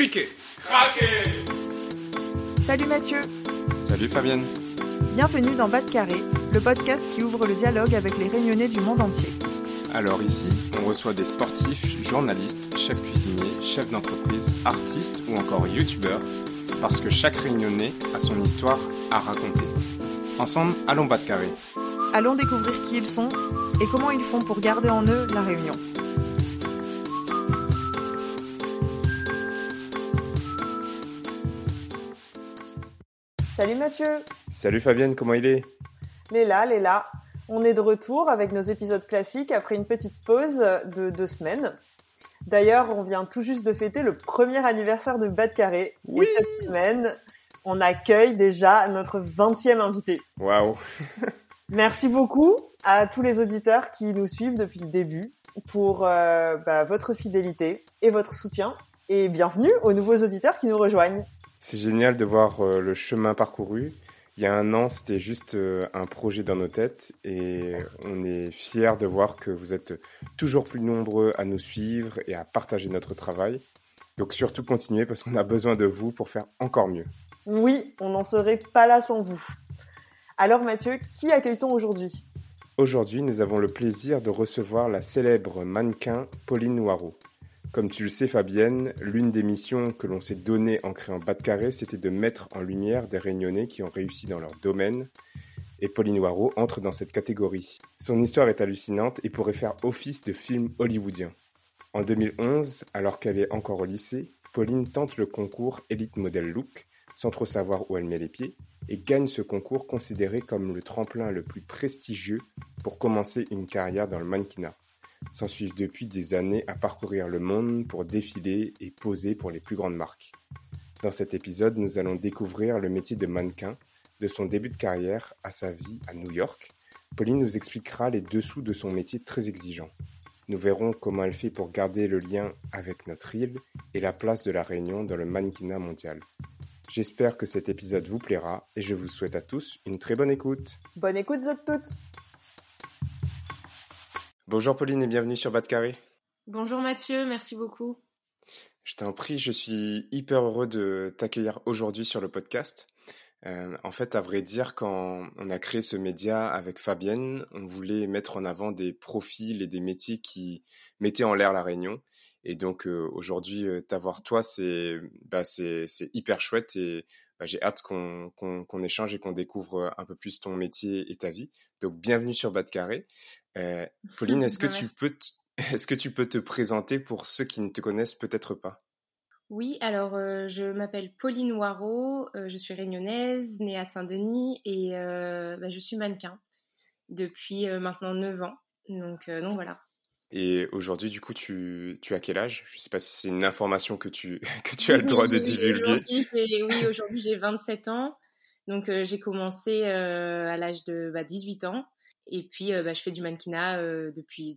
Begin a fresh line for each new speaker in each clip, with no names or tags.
Criquet.
Craqué.
Salut Mathieu.
Salut Fabienne.
Bienvenue dans Bas de Carré, le podcast qui ouvre le dialogue avec les Réunionnais du monde entier.
Alors ici, on reçoit des sportifs, journalistes, chefs cuisiniers, chefs d'entreprise, artistes ou encore youtubeurs, parce que chaque Réunionnais a son histoire à raconter. Ensemble, allons Bas de Carré.
Allons découvrir qui ils sont et comment ils font pour garder en eux la Réunion. Salut Mathieu.
Salut Fabienne, comment il est ?
Léla. On est de retour avec nos épisodes classiques après une petite pause de 2 semaines. D'ailleurs, on vient tout juste de fêter le premier anniversaire de Bas de Carré.
Oui.
Et cette semaine, on accueille déjà notre 20e invité.
Waouh.
Merci beaucoup à tous les auditeurs qui nous suivent depuis le début pour votre fidélité et votre soutien. Et bienvenue aux nouveaux auditeurs qui nous rejoignent.
C'est génial de voir le chemin parcouru. Il y a 1 an, c'était juste un projet dans nos têtes et on est fiers de voir que vous êtes toujours plus nombreux à nous suivre et à partager notre travail. Donc surtout continuez parce qu'on a besoin de vous pour faire encore mieux.
Oui, on n'en serait pas là sans vous. Alors Mathieu, qui accueille-t-on aujourd'hui ?
Aujourd'hui, nous avons le plaisir de recevoir la célèbre mannequin Pauline Noirot. Comme tu le sais Fabienne, l'une des missions que l'on s'est donnée en créant Bas de Carré, c'était de mettre en lumière des Réunionnais qui ont réussi dans leur domaine. Et Pauline Noirot entre dans cette catégorie. Son histoire est hallucinante et pourrait faire office de film hollywoodien. En 2011, alors qu'elle est encore au lycée, Pauline tente le concours Elite Model Look, sans trop savoir où elle met les pieds, et gagne ce concours considéré comme le tremplin le plus prestigieux pour commencer une carrière dans le mannequinat. S'ensuivent depuis des années à parcourir le monde pour défiler et poser pour les plus grandes marques. Dans cet épisode, nous allons découvrir le métier de mannequin, de son début de carrière à sa vie à New York. Pauline nous expliquera les dessous de son métier très exigeant. Nous verrons comment elle fait pour garder le lien avec notre île et la place de la Réunion dans le mannequinat mondial. J'espère que cet épisode vous plaira et je vous souhaite à tous une très bonne écoute.
Bonne écoute toutes.
Bonjour Pauline et bienvenue sur Bas de Carré.
Bonjour Mathieu, merci beaucoup.
Je t'en prie, je suis hyper heureux de t'accueillir aujourd'hui sur le podcast. En fait, à vrai dire, quand on a créé ce média avec Fabienne, on voulait mettre en avant des profils et des métiers qui mettaient en l'air la Réunion. Et donc aujourd'hui, t'avoir toi, c'est hyper chouette et j'ai hâte qu'on échange et qu'on découvre un peu plus ton métier et ta vie. Donc bienvenue sur Bas de Carré. Pauline, est-ce que tu peux te présenter pour ceux qui ne te connaissent peut-être pas ?
Oui, alors je m'appelle Pauline Noirot, je suis réunionnaise, née à Saint-Denis et je suis mannequin depuis maintenant 9 ans. Donc voilà.
Et aujourd'hui, du coup, tu as quel âge ? Je ne sais pas si c'est une information que tu as le droit de divulguer.
Aujourd'hui, j'ai 27 ans. Donc, j'ai commencé à l'âge de 18 ans. Et puis, je fais du mannequinat depuis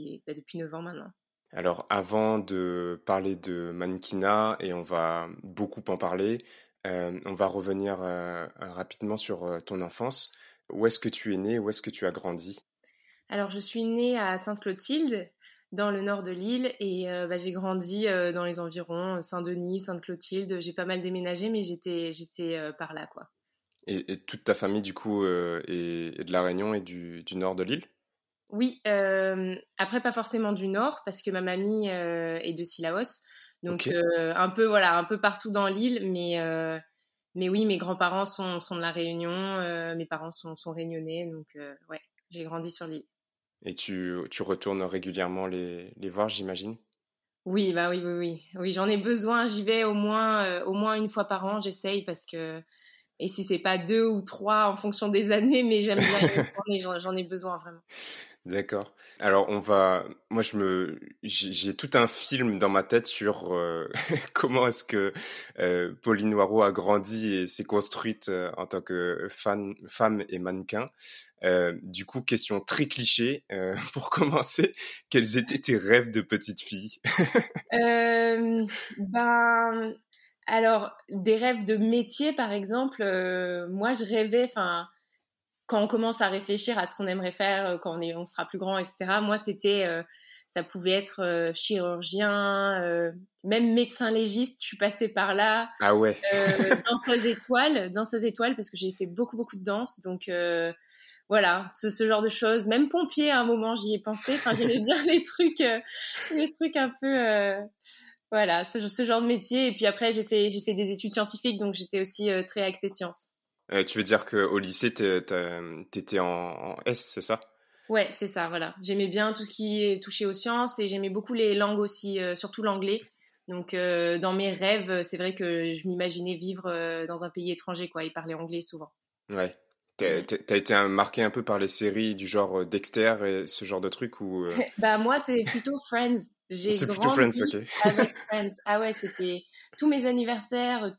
9 ans maintenant.
Alors, avant de parler de mannequinat, et on va beaucoup en parler, on va revenir rapidement sur ton enfance. Où est-ce que tu es née ? Où est-ce que tu as grandi ?
Alors, je suis née à Sainte-Clotilde, dans le nord de l'île, et j'ai grandi dans les environs, Saint-Denis, Sainte-Clotilde. J'ai pas mal déménagé, mais j'étais par là, quoi.
Et toute ta famille, du coup, est de la Réunion et du nord de l'île ?
Oui, après pas forcément du nord, parce que ma mamie est de Sillaos, donc
Okay.
un peu partout dans l'île, mais oui, mes grands-parents sont de la Réunion, mes parents sont réunionnais, donc ouais, j'ai grandi sur l'île.
Et tu retournes régulièrement les voir, j'imagine ?
Oui, oui, j'en ai besoin, j'y vais au moins une fois par an, j'essaye, parce que, et si c'est pas 2 ou 3 en fonction des années, mais j'aime bien y retourner, j'en ai besoin vraiment.
D'accord. Alors moi j'ai tout un film dans ma tête sur comment est-ce que Pauline Noirot a grandi et s'est construite en tant que femme et mannequin. Du coup, question très cliché pour commencer, quels étaient tes rêves de petite fille ?
Alors des rêves de métier par exemple, moi je rêvais, quand on commence à réfléchir à ce qu'on aimerait faire quand on sera plus grand, etc. Moi, c'était Ça pouvait être chirurgien, même médecin légiste, je suis passée par là.
Ah ouais.
Danseuse étoile parce que j'ai fait beaucoup beaucoup de danse, donc voilà, ce genre de choses. Même pompier à un moment j'y ai pensé. Enfin, j'aimais bien les trucs un peu voilà, ce genre de métier. Et puis après j'ai fait des études scientifiques, donc j'étais aussi très axée sciences.
Tu veux dire qu'au lycée, t'étais en S, c'est ça?
Ouais, c'est ça, voilà. J'aimais bien tout ce qui est touché aux sciences et j'aimais beaucoup les langues aussi, surtout l'anglais. Donc, dans mes rêves, c'est vrai que je m'imaginais vivre dans un pays étranger, quoi, et parler anglais souvent.
Ouais.
Mm.
T'as été marqué un peu par les séries du genre Dexter et ce genre de trucs ou
Bah, moi, c'est plutôt Friends. J'ai
c'est plutôt Friends,
grandi
ok.
avec Friends. Ah ouais, c'était tous mes anniversaires,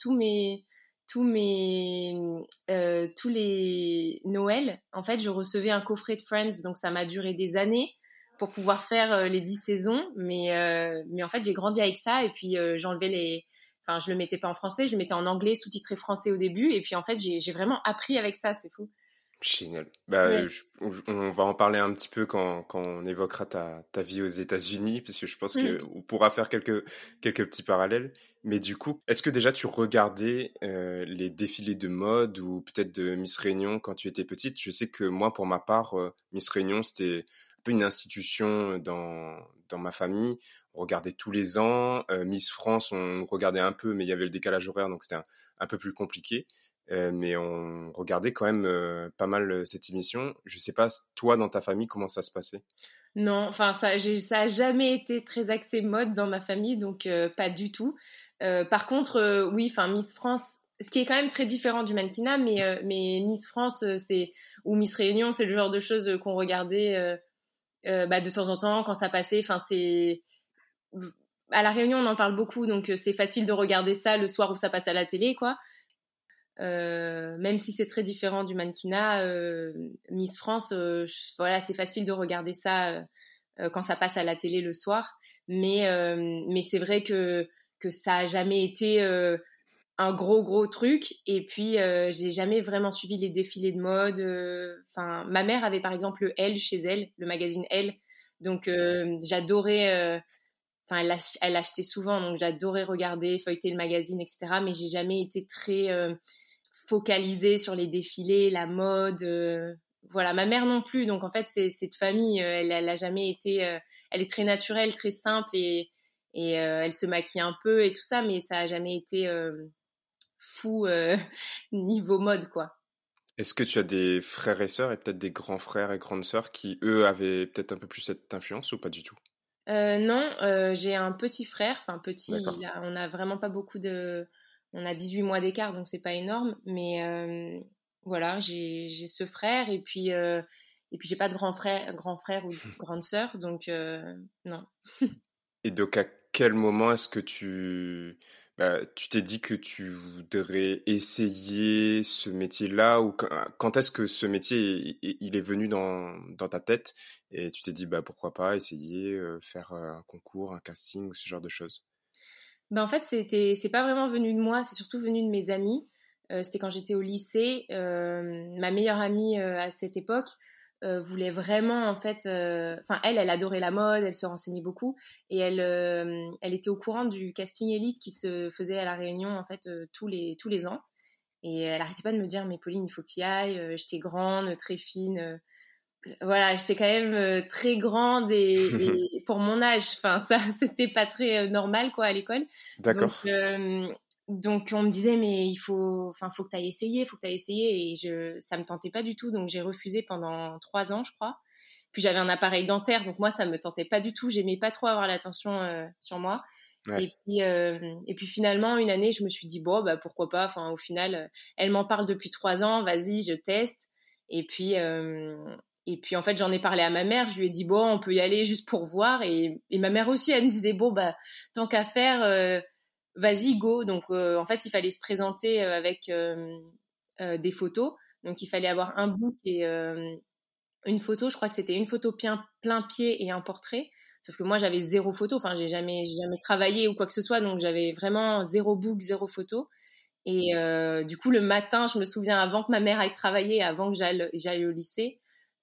tous les Noëls. En fait, je recevais un coffret de Friends, donc ça m'a duré des années pour pouvoir faire les 10 saisons. Mais en fait, j'ai grandi avec ça et puis enfin, je le mettais pas en français, je le mettais en anglais, sous-titré français au début. Et puis en fait, j'ai vraiment appris avec ça, c'est fou.
Génial. Bah,
Ouais.
on va en parler un petit peu quand on évoquera ta vie aux États-Unis, parce que je pense
Mm.
qu'on pourra faire quelques petits parallèles. Mais du coup, est-ce que déjà tu regardais les défilés de mode ou peut-être de Miss Réunion quand tu étais petite? Je sais que moi, pour ma part, Miss Réunion, c'était un peu une institution dans ma famille. On regardait tous les ans. Miss France, on regardait un peu, mais il y avait le décalage horaire, donc c'était un peu plus compliqué. Mais on regardait quand même pas mal cette émission. Je sais pas, toi, dans ta famille, comment ça se passait?
Non, enfin ça a jamais été très axé mode dans ma famille, donc pas du tout. Par contre, oui, enfin Miss France, ce qui est quand même très différent du mannequinat, mais Miss France, ou Miss Réunion, c'est le genre de choses qu'on regardait bah, de temps en temps quand ça passait. Enfin c'est à la Réunion, on en parle beaucoup, donc c'est facile de regarder ça le soir où ça passe à la télé, quoi. Même si c'est très différent du mannequinat, Miss France, voilà, c'est facile de regarder ça quand ça passe à la télé le soir. Mais c'est vrai que ça a jamais été un gros truc. Et puis j'ai jamais vraiment suivi les défilés de mode. Enfin, ma mère avait par exemple le Elle chez elle, le magazine Elle. Donc j'adorais. Enfin, elle l'achetait souvent, donc j'adorais regarder, feuilleter le magazine, etc. Mais j'ai jamais été très focalisée sur les défilés, la mode. Voilà, ma mère non plus. Donc en fait, c'est de famille. Elle a jamais été. Elle est très naturelle, très simple et elle se maquille un peu et tout ça, mais ça a jamais été fou niveau mode, quoi.
Est-ce que tu as des frères et sœurs et peut-être des grands frères et grandes sœurs qui, eux, avaient peut-être un peu plus cette influence ou pas du tout?
Non, j'ai un petit frère, enfin petit,
D'accord.
on a vraiment pas beaucoup on a 18 mois d'écart, donc c'est pas énorme, mais voilà, j'ai ce frère et puis j'ai pas de grand frère ou de grande sœur, donc non.
Et donc, à quel moment est-ce que tu t'es dit que tu voudrais essayer ce métier-là ou quand est-ce que ce métier, il est venu dans ta tête et tu t'es dit, bah, pourquoi pas essayer, faire un concours, un casting ou ce genre de choses?
Ben en fait, c'est pas vraiment venu de moi, c'est surtout venu de mes amis. C'était quand j'étais au lycée. Ma meilleure amie à cette époque voulait vraiment, en fait, enfin elle adorait la mode, elle se renseignait beaucoup et elle était au courant du casting élite qui se faisait à La Réunion en fait tous les ans. Et elle arrêtait pas de me dire, mais Pauline, il faut que tu y ailles. J'étais grande, très fine. Voilà, j'étais quand même très grande et pour mon âge, enfin ça, c'était pas très normal quoi à l'école. Donc
D'accord.
donc on me disait mais faut que tu ailles essayer, faut que tu ailles essayer et ça me tentait pas du tout. Donc j'ai refusé pendant 3 ans, je crois. Puis j'avais un appareil dentaire, donc moi ça me tentait pas du tout. J'aimais pas trop avoir l'attention sur moi.
Ouais.
Et puis finalement une année, je me suis dit bon bah pourquoi pas. Enfin au final, elle m'en parle depuis 3 ans. Vas-y, je teste. Et puis et puis en fait, j'en ai parlé à ma mère, je lui ai dit bon, on peut y aller juste pour voir et ma mère aussi, elle me disait bon bah tant qu'à faire vas-y go. Donc en fait, il fallait se présenter avec des photos. Donc il fallait avoir un book et une photo, je crois que c'était une photo plein pied et un portrait. Sauf que moi j'avais zéro photo, enfin j'ai jamais travaillé ou quoi que ce soit, donc j'avais vraiment zéro book, zéro photo. Et du coup le matin, je me souviens avant que ma mère aille travailler, avant que j'aille au lycée,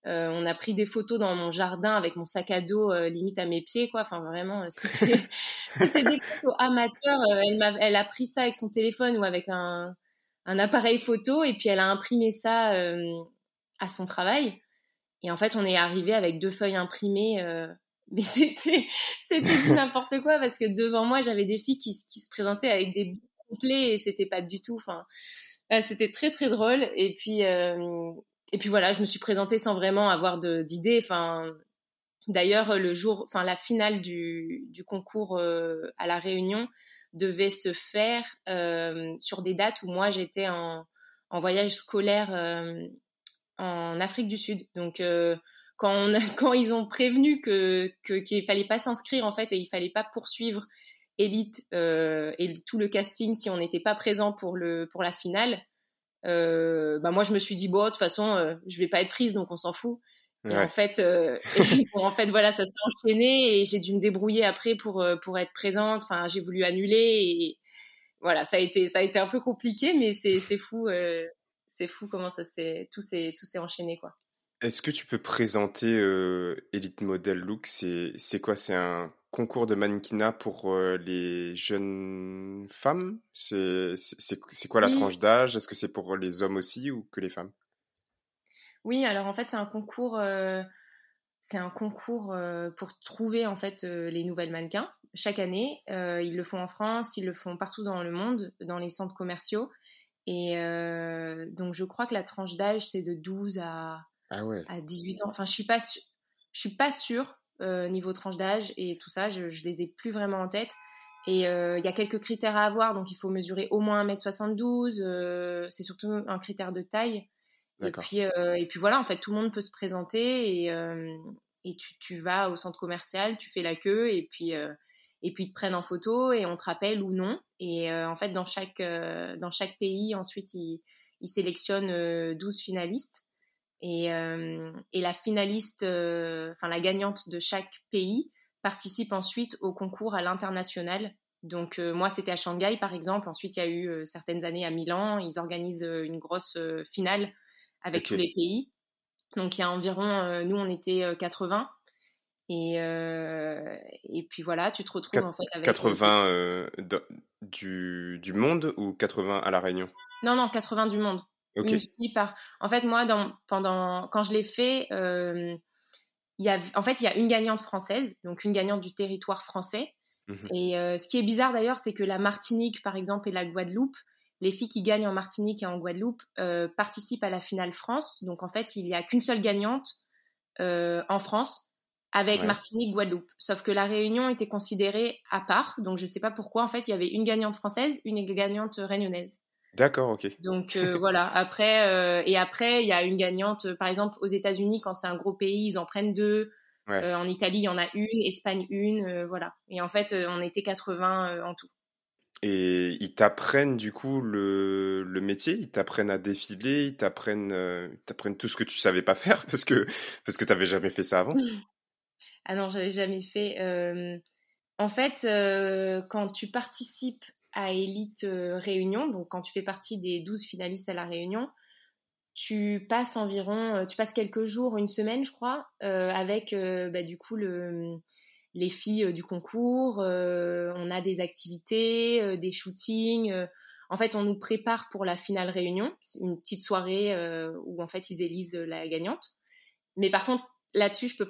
On a pris des photos dans mon jardin avec mon sac à dos limite à mes pieds, quoi. Enfin, vraiment, c'était des photos amateurs. Elle a pris ça avec son téléphone ou avec un appareil photo et puis elle a imprimé ça à son travail. Et en fait, on est arrivé avec 2 feuilles imprimées. Mais c'était du n'importe quoi parce que devant moi, j'avais des filles qui se présentaient avec des bouts complets et c'était pas du tout. Enfin, c'était très très drôle. Et puis voilà, je me suis présentée sans vraiment avoir d'idée. Enfin, d'ailleurs, la finale du concours à La Réunion devait se faire sur des dates où moi j'étais en voyage scolaire en Afrique du Sud. Donc quand ils ont prévenu qu'il fallait pas s'inscrire en fait et il fallait pas poursuivre Élite et tout le casting si on n'était pas présent pour la finale, moi je me suis dit bon de toute façon je vais pas être prise donc on s'en fout. Ouais. En fait voilà, ça s'est enchaîné et j'ai dû me débrouiller après pour être présente. Enfin, j'ai voulu annuler et voilà, ça a été un peu compliqué, mais c'est fou, c'est fou comment tout s'est enchaîné quoi.
Est-ce que tu peux présenter Elite Model Look? C'est quoi? C'est un concours de mannequinat pour les jeunes femmes? C'est quoi la tranche d'âge? Est-ce que c'est pour les hommes aussi ou que les femmes?
Oui, alors en fait c'est un concours pour trouver en fait les nouvelles mannequins chaque année. Ils le font en France, ils le font partout dans le monde, dans les centres commerciaux. Et donc je crois que la tranche d'âge c'est de 12 à 18 ans. Enfin, je suis pas sûre niveau tranche d'âge et tout ça. Je les ai plus vraiment en tête. Et il y a quelques critères à avoir. Donc, il faut mesurer au moins 1m72. C'est surtout un critère de taille. Et puis voilà, en fait, tout le monde peut se présenter et tu vas au centre commercial, tu fais la queue et puis ils te prennent en photo et on te rappelle ou non. Et en fait, dans chaque pays, ensuite, ils sélectionnent 12 finalistes. Et la finaliste, la gagnante de chaque pays participe ensuite au concours à l'international. Donc moi, c'était à Shanghai, par exemple. Ensuite, il y a eu certaines années à Milan. Ils organisent une grosse finale avec tous les pays. Donc il y a environ, nous, on était 80. Et puis voilà, tu te retrouves en fait avec
80 du monde ou 80 à La Réunion?
Non, 80 du monde.
Okay.
Une fille par. En fait, moi, quand je l'ai fait, il y a une gagnante française, donc une gagnante du territoire français. Mm-hmm. Et ce qui est bizarre d'ailleurs, c'est que la Martinique, par exemple, et la Guadeloupe, les filles qui gagnent en Martinique et en Guadeloupe participent à la finale France. Donc en fait, il n'y a qu'une seule gagnante en France avec Martinique, Guadeloupe. Sauf que la Réunion était considérée à part. Donc je ne sais pas pourquoi. En fait, il y avait une gagnante française, une gagnante réunionnaise.
D'accord, ok.
Donc voilà. Après, il y a une gagnante, par exemple, aux États-Unis, quand c'est un gros pays, ils en prennent 2. Ouais. En Italie, il y en a une, Espagne une, voilà. Et en fait, on était 80 en tout.
Et ils t'apprennent du coup le métier, ils t'apprennent à défiler, ils t'apprennent tout ce que tu savais pas faire parce que t'avais jamais fait ça avant.
Ah non, j'avais jamais fait. En fait, quand tu participes à Élite Réunion, donc quand tu fais partie des 12 finalistes à La Réunion, tu passes quelques jours, une semaine je crois, avec du coup les filles du concours. On a des activités, des shootings. En fait, on nous prépare pour la finale Réunion, une petite soirée où en fait ils élisent la gagnante. Mais par contre, là-dessus, je peux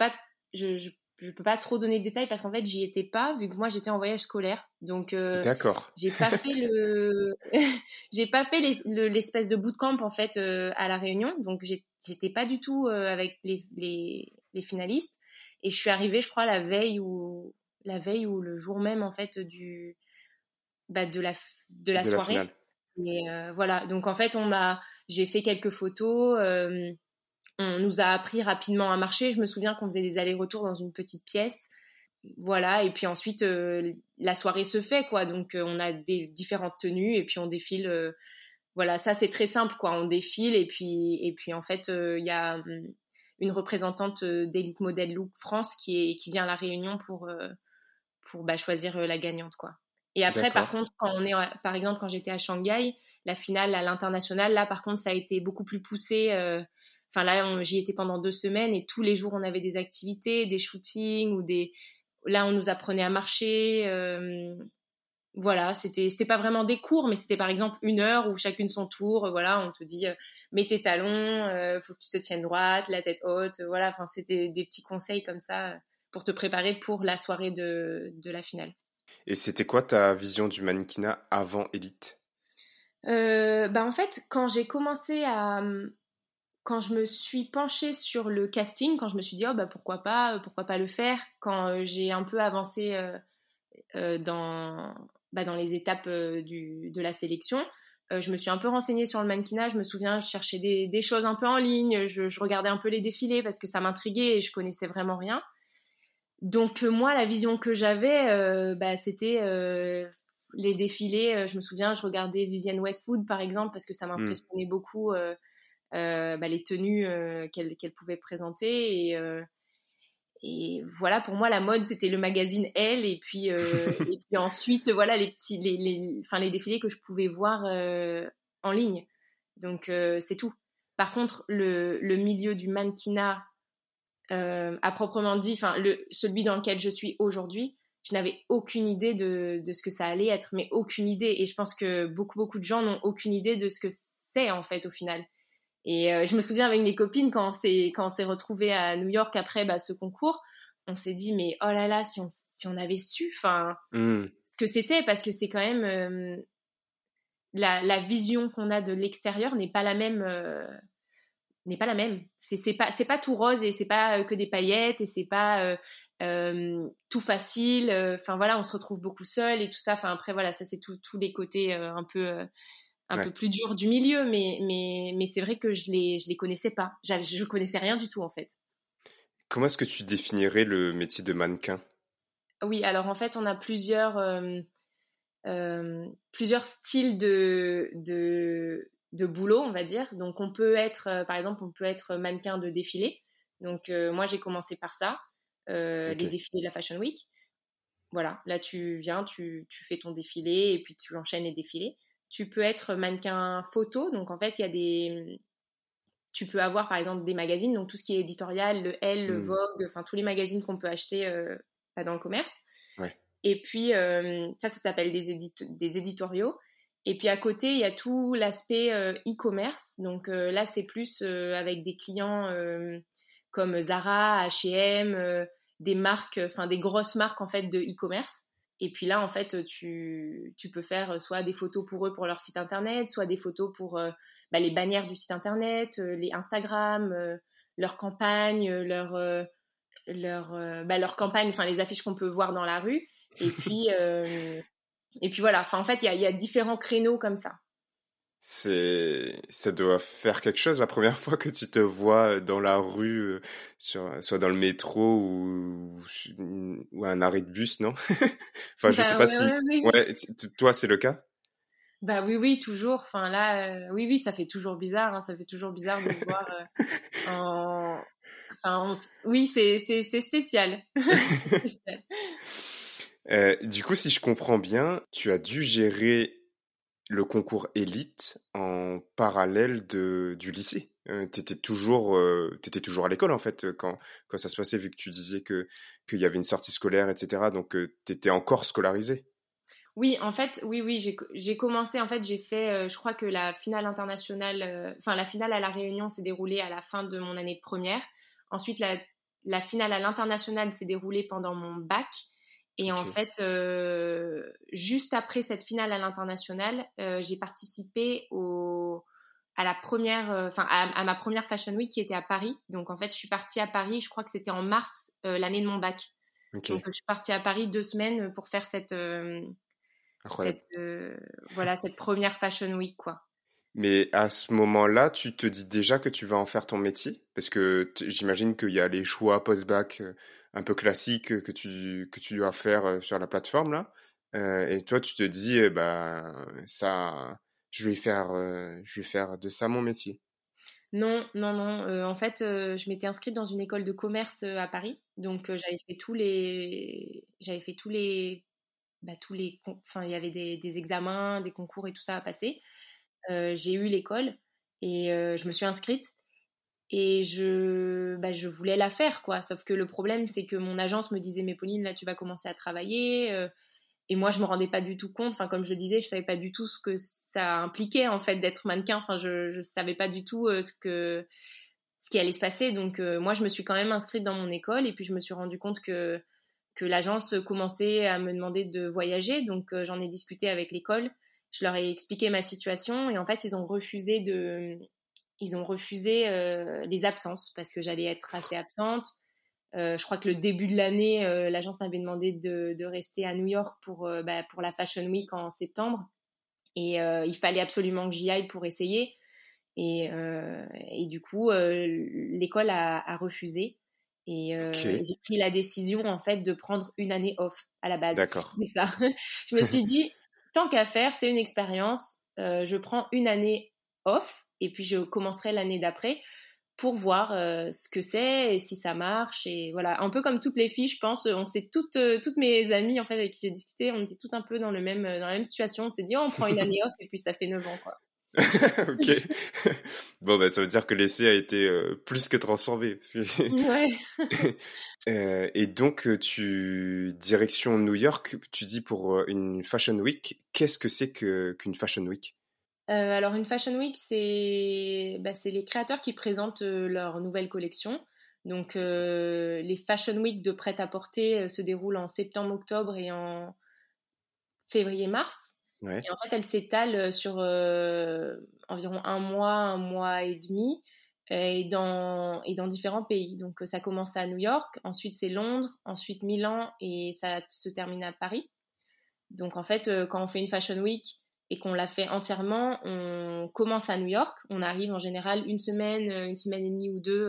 pas trop donner de détails parce qu'en fait, j'y étais pas, vu que moi, j'étais en voyage scolaire. Donc,
d'accord.
J'ai pas fait l'espèce de bootcamp, en fait, à La Réunion. Donc, j'étais pas du tout avec les finalistes. Et je suis arrivée, je crois, la veille ou le jour même, en fait, de la soirée.
Finale.
Et voilà. Donc, en fait, j'ai fait quelques photos. On nous a appris rapidement à marcher. Je me souviens qu'on faisait des allers-retours dans une petite pièce. Voilà. Et puis ensuite, la soirée se fait, quoi. Donc, on a des différentes tenues et puis on défile. Voilà, ça, c'est très simple, quoi. On défile et puis en fait, il y a une représentante d'Elite Model Look France qui vient à La Réunion pour choisir la gagnante, quoi. Et après, par contre, par exemple, quand j'étais à Shanghai, la finale à l'international, là, par contre, ça a été beaucoup plus poussé. Enfin là, j'y étais pendant 2 semaines et tous les jours on avait des activités, des shootings Là, on nous apprenait à marcher. Voilà, c'était pas vraiment des cours, mais c'était par exemple 1 heure où chacune son tour. Voilà, on te dit mets tes talons, faut que tu te tiennes droite, la tête haute. Voilà, enfin c'était des petits conseils comme ça pour te préparer pour la soirée de la finale.
Et c'était quoi ta vision du mannequinat avant Elite?
En fait, quand je me suis penchée sur le casting, quand je me suis dit pourquoi pas le faire, quand j'ai un peu avancé dans les étapes de la sélection, je me suis un peu renseignée sur le mannequinat. Je me souviens, je cherchais des choses un peu en ligne, je regardais un peu les défilés parce que ça m'intriguait et je connaissais vraiment rien. Donc moi, la vision que j'avais, c'était les défilés. Je me souviens, je regardais Vivienne Westwood par exemple parce que ça m'impressionnait beaucoup. Les tenues qu'elle pouvait présenter et voilà, pour moi la mode c'était le magazine Elle et puis ensuite voilà les défilés que je pouvais voir en ligne, donc c'est tout. Par contre le milieu du mannequinat à proprement dit, celui dans lequel je suis aujourd'hui, je n'avais aucune idée de ce que ça allait être, mais aucune idée, et je pense que beaucoup de gens n'ont aucune idée de ce que c'est en fait au final. Et je me souviens avec mes copines quand on s'est retrouvés à New York après ce concours, on s'est dit mais oh là là, si on avait su ce que c'était, parce que c'est quand même la vision qu'on a de l'extérieur n'est pas la même. C'est pas tout rose et c'est pas que des paillettes et c'est pas tout facile. Enfin voilà, on se retrouve beaucoup seul et tout ça. Enfin après voilà, ça c'est tous les côtés un peu plus dur du milieu, mais c'est vrai que je les connaissais pas. Je connaissais rien du tout en fait.
Comment est-ce que tu définirais le métier de mannequin?
Oui, alors en fait, on a plusieurs styles de boulot, on va dire. Donc on peut être, par exemple, on peut être mannequin de défilé. Donc moi, j'ai commencé par ça, les défilés de la Fashion Week. Voilà, là tu viens, tu fais ton défilé et puis tu enchaînes les défilés. Tu peux être mannequin photo, donc en fait, tu peux avoir par exemple des magazines, donc tout ce qui est éditorial, le Elle, le Vogue, enfin tous les magazines qu'on peut acheter dans le commerce.
Ouais.
Et puis ça s'appelle des éditoriaux. Et puis à côté, il y a tout l'aspect e-commerce. Donc là, c'est plus avec des clients comme Zara, H&M, des marques, enfin des grosses marques en fait de e-commerce. Et puis là, en fait, tu peux faire soit des photos pour eux pour leur site internet, soit des photos pour les bannières du site internet, les Instagram, leurs campagnes, leur campagne, enfin les affiches qu'on peut voir dans la rue. Et puis voilà. Enfin en fait, il y a différents créneaux comme ça.
Ça doit faire quelque chose la première fois que tu te vois dans la rue, soit dans le métro ou à un arrêt de bus, non? Enfin, je sais pas si.
Oui.
Ouais, toi, c'est le cas?
Oui, toujours. Enfin là, oui, ça fait toujours bizarre. Hein, ça fait toujours bizarre de se voir en. Enfin, oui, c'est spécial. C'est spécial.
Du coup, si je comprends bien, tu as dû gérer le concours élite en parallèle du lycée. T'étais toujours à l'école en fait quand ça se passait, vu que tu disais qu'il y avait une sortie scolaire, etc. Donc t'étais encore scolarisé.
Oui, en fait, oui, j'ai commencé, en fait, j'ai fait, je crois que la finale internationale, la finale à La Réunion s'est déroulée à la fin de mon année de première. Ensuite, la finale à l'international s'est déroulée pendant mon bac. Et en fait, juste après cette finale à l'international, j'ai participé à la première, à ma première Fashion Week qui était à Paris. Donc, en fait, je suis partie à Paris, je crois que c'était en mars, l'année de mon bac. Donc, je suis partie à Paris 2 semaines pour faire cette première Fashion Week, quoi.
Mais à ce moment-là, tu te dis déjà que tu vas en faire ton métier? Parce que j'imagine qu'il y a les choix post-bac un peu classiques que tu dois faire sur la plateforme là. Et toi, tu te dis, ça, je vais faire de ça mon métier.
Non. En fait, je m'étais inscrite dans une école de commerce à Paris. Donc, j'avais fait tous les, il y avait des examens, des concours et tout ça à passer. J'ai eu l'école et je me suis inscrite. Et je voulais la faire, quoi. Sauf que le problème, c'est que mon agence me disait, mais Pauline, là, tu vas commencer à travailler. Et moi, je me rendais pas du tout compte. Enfin, comme je le disais, je savais pas du tout ce que ça impliquait, en fait, d'être mannequin. Enfin, je savais pas du tout ce qui allait se passer. Donc, moi, je me suis quand même inscrite dans mon école. Et puis, je me suis rendu compte que l'agence commençait à me demander de voyager. Donc, j'en ai discuté avec l'école. Je leur ai expliqué ma situation. Et en fait, ils ont refusé les absences parce que j'allais être assez absente. Je crois que le début de l'année, l'agence m'avait demandé de rester à New York pour la Fashion Week en septembre. Et il fallait absolument que j'y aille pour essayer. Et du coup, l'école a refusé. Et
Ok,
j'ai pris la décision, en fait, de prendre une année off à la base.
d'accord.
C'est ça. Je me suis dit, tant qu'à faire, c'est une expérience. Je prends une année off et puis je commencerai l'année d'après pour voir ce que c'est et si ça marche. Et voilà, un peu comme toutes les filles, je pense, on s'est toutes mes amies, en fait, avec qui j'ai discuté, on était toutes un peu dans dans la même situation. On s'est dit, oh, on prend une année off et puis ça fait 9 ans, quoi.
Ok. Bon, bah, ça veut dire que l'essai a été plus que transformé.
Ouais.
Et donc, direction New York, tu dis pour une Fashion Week. Qu'est-ce que c'est qu'une Fashion Week?
Alors, une Fashion Week, c'est les créateurs qui présentent leur nouvelle collection. Donc, les Fashion Week de prêt-à-porter se déroulent en septembre-octobre et en février-mars.
Ouais,
Et en fait, elles s'étalent sur environ un mois et demi, et dans différents pays. Donc, ça commence à New York, ensuite c'est Londres, ensuite Milan, et ça se termine à Paris. Donc en fait, quand on fait une Fashion Week et qu'on la fait entièrement, on commence à New York. On arrive en général une semaine et demie ou deux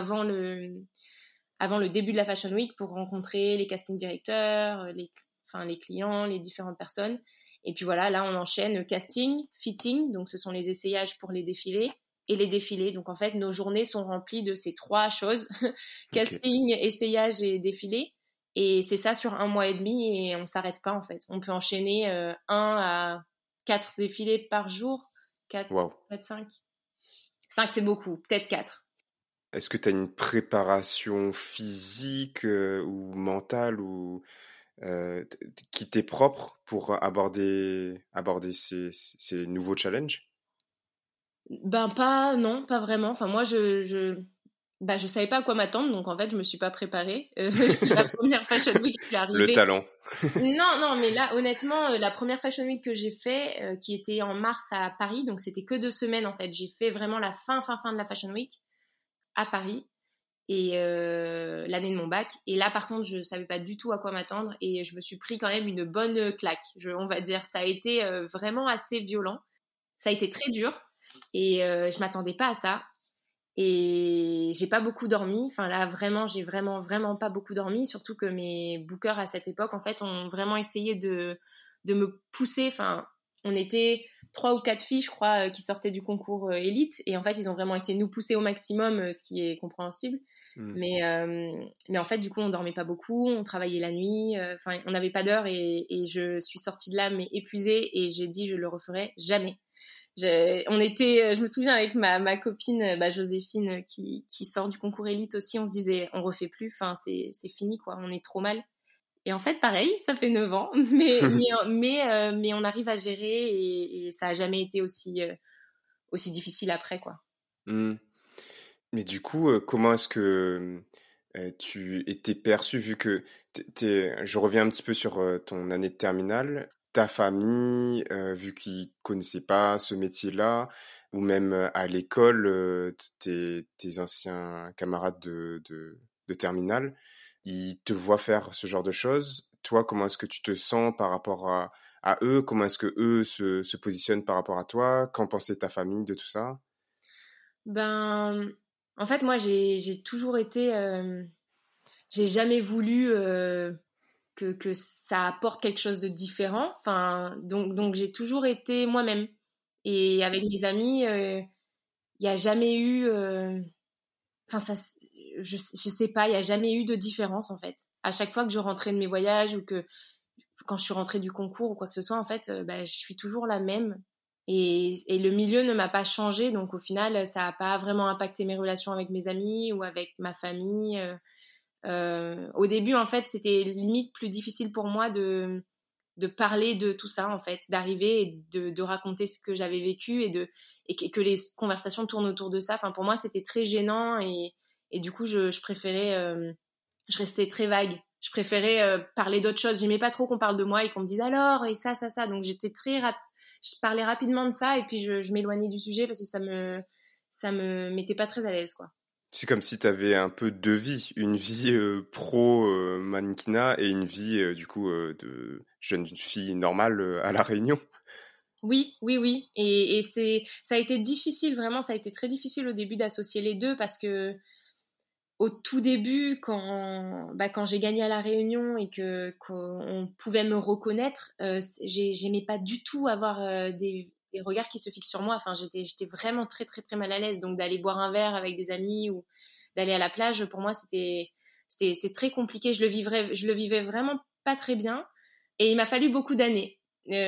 avant le début de la Fashion Week pour rencontrer les casting directeurs, les clients, les différentes personnes. Et puis voilà, là on enchaîne casting, fitting, donc ce sont les essayages pour les défilés, et les défilés. Donc en fait, nos journées sont remplies de ces trois choses,
ok.
casting, essayage et défilé. Et c'est ça sur un mois et demi et on s'arrête pas en fait. On peut enchaîner 1 à 4 défilés par jour. 4,
Waouh.
4, 5. 5 c'est beaucoup, peut-être 4.
Est-ce que tu as une préparation physique ou mentale ou qui t'est propre pour aborder ces nouveaux challenges?
Ben non, pas vraiment. Enfin moi je savais pas à quoi m'attendre, donc en fait je me suis pas préparée. La première Fashion Week, je suis
Le
arrivée.
talent.
Non, mais là, honnêtement, la première Fashion Week que j'ai fait, qui était en mars à Paris, donc c'était que 2 semaines en fait. J'ai fait vraiment la fin de la Fashion Week à Paris et l'année de mon bac. Et là, par contre, je savais pas du tout à quoi m'attendre et je me suis pris quand même une bonne claque. On va dire, ça a été vraiment assez violent. Ça a été très dur et je m'attendais pas à ça. Et j'ai pas beaucoup dormi. Enfin là, vraiment, j'ai vraiment pas beaucoup dormi. Surtout que mes bookers à cette époque, en fait, ont vraiment essayé de me pousser. Enfin, on était 3 ou 4 filles, je crois, qui sortaient du concours élite. Et en fait, ils ont vraiment essayé de nous pousser au maximum, ce qui est compréhensible.
Hmm.
Mais en fait, du coup, on dormait pas beaucoup, on travaillait la nuit. Enfin, on n'avait pas d'heure et je suis sortie de là, mais épuisée. Et j'ai dit, je le referai jamais. Je me souviens avec ma copine Joséphine qui sort du concours élite aussi, on se disait on refait plus, enfin c'est fini quoi, on est trop mal. Et en fait pareil, ça fait 9 ans, mais on arrive à gérer et ça a jamais été aussi difficile après quoi.
Hmm. Mais du coup, comment est-ce que tu étais perçu vu que je reviens un petit peu sur ton année de terminale, ta famille, vu qu'ils connaissaient pas ce métier-là, ou même à l'école, tes anciens camarades de terminale, ils te voient faire ce genre de choses. Toi, comment est-ce que tu te sens par rapport à eux? Comment est-ce que eux se positionnent par rapport à toi? Qu'en pensait ta famille de tout ça?
Ben en fait moi j'ai toujours été j'ai jamais voulu que ça apporte quelque chose de différent. Enfin, donc j'ai toujours été moi-même. Et avec mes amis, il n'y a jamais eu. Enfin, je sais pas, il n'y a jamais eu de différence en fait. À chaque fois que je rentrais de mes voyages ou que quand je suis rentrée du concours ou quoi que ce soit, en fait, je suis toujours la même. Et le milieu ne m'a pas changé, donc au final, ça n'a pas vraiment impacté mes relations avec mes amis ou avec ma famille. Au début, en fait, c'était limite plus difficile pour moi de parler de tout ça, en fait, d'arriver et de raconter ce que j'avais vécu et que les conversations tournent autour de ça. Enfin, pour moi, c'était très gênant et du coup, je préférais, je restais très vague. Je préférais parler d'autres choses. J'aimais pas trop qu'on parle de moi et qu'on me dise alors et ça. Donc j'étais je parlais rapidement de ça et puis je m'éloignais du sujet parce que ça me mettait pas très à l'aise, quoi.
C'est comme si tu avais un peu deux vies, une vie pro mannequinat et une vie du coup de jeune fille normale à La Réunion.
Oui. Et ça a été difficile, vraiment, ça a été très difficile au début d'associer les deux parce que au tout début, quand j'ai gagné à La Réunion et qu'on pouvait me reconnaître, j'aimais pas du tout avoir des regards qui se fixent sur moi. Enfin, j'étais vraiment très très très mal à l'aise. Donc d'aller boire un verre avec des amis ou d'aller à la plage, pour moi c'était très compliqué. Je le vivais vraiment pas très bien. Et il m'a fallu beaucoup d'années.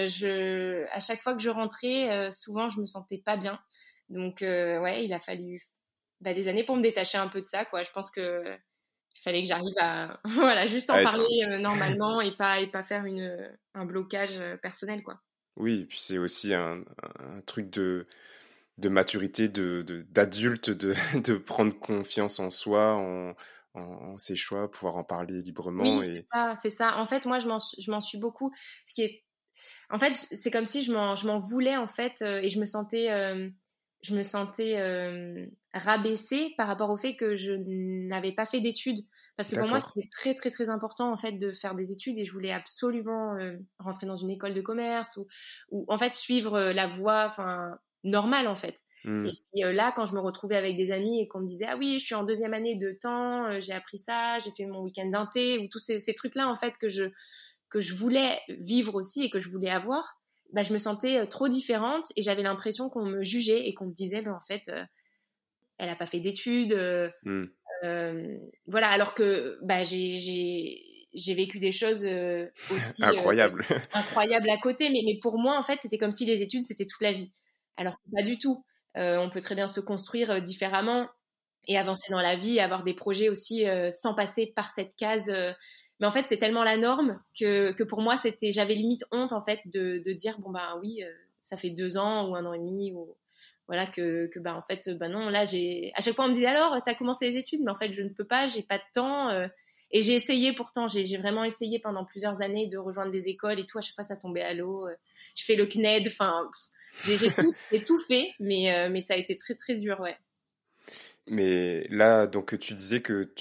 À chaque fois que je rentrais, souvent je me sentais pas bien. Donc ouais, il a fallu des années pour me détacher un peu de ça, quoi. Je pense que il fallait que j'arrive à voilà, juste en parler normalement et pas faire un blocage personnel, quoi.
Oui, et puis c'est aussi un truc de maturité, d'adulte, de prendre confiance en soi, en ses choix, pouvoir en parler librement.
Oui,
Et...
c'est ça. En fait, moi, je m'en suis beaucoup. Ce qui est, en fait, c'est comme si je m'en voulais, en fait, et je me sentais rabaissée par rapport au fait que je n'avais pas fait d'études. Parce que pour moi,
D'accord.
c'était très, très, très important, en fait, de faire des études et je voulais absolument rentrer dans une école de commerce ou en fait, suivre la voie, enfin, normale, en fait. Et puis là, quand je me retrouvais avec des amis et qu'on me disait ah oui, je suis en 2e année de temps, j'ai appris ça, j'ai fait mon week-end d'inté ou tous ces trucs-là en fait que je voulais vivre aussi et que je voulais avoir, je me sentais trop différente et j'avais l'impression qu'on me jugeait et qu'on me disait en fait elle a pas fait d'études, voilà, alors que j'ai vécu des choses aussi
Incroyable.
incroyables à côté, mais pour moi en fait c'était comme si les études c'était toute la vie, alors que pas du tout. On peut très bien se construire différemment et avancer dans la vie, avoir des projets aussi sans passer par cette case. Mais en fait, c'est tellement la norme que pour moi, j'avais limite honte en fait de dire bon oui, ça fait 2 ans ou 1 an et demi ou voilà en fait non, là à chaque fois on me dit alors t'as commencé les études, mais en fait je ne peux pas, j'ai pas de temps. Et j'ai essayé pourtant, j'ai vraiment essayé pendant plusieurs années de rejoindre des écoles et tout, à chaque fois ça tombait à l'eau. Je fais le CNED, enfin j'ai tout fait, mais ça a été très très dur, ouais.
Mais là, donc tu disais que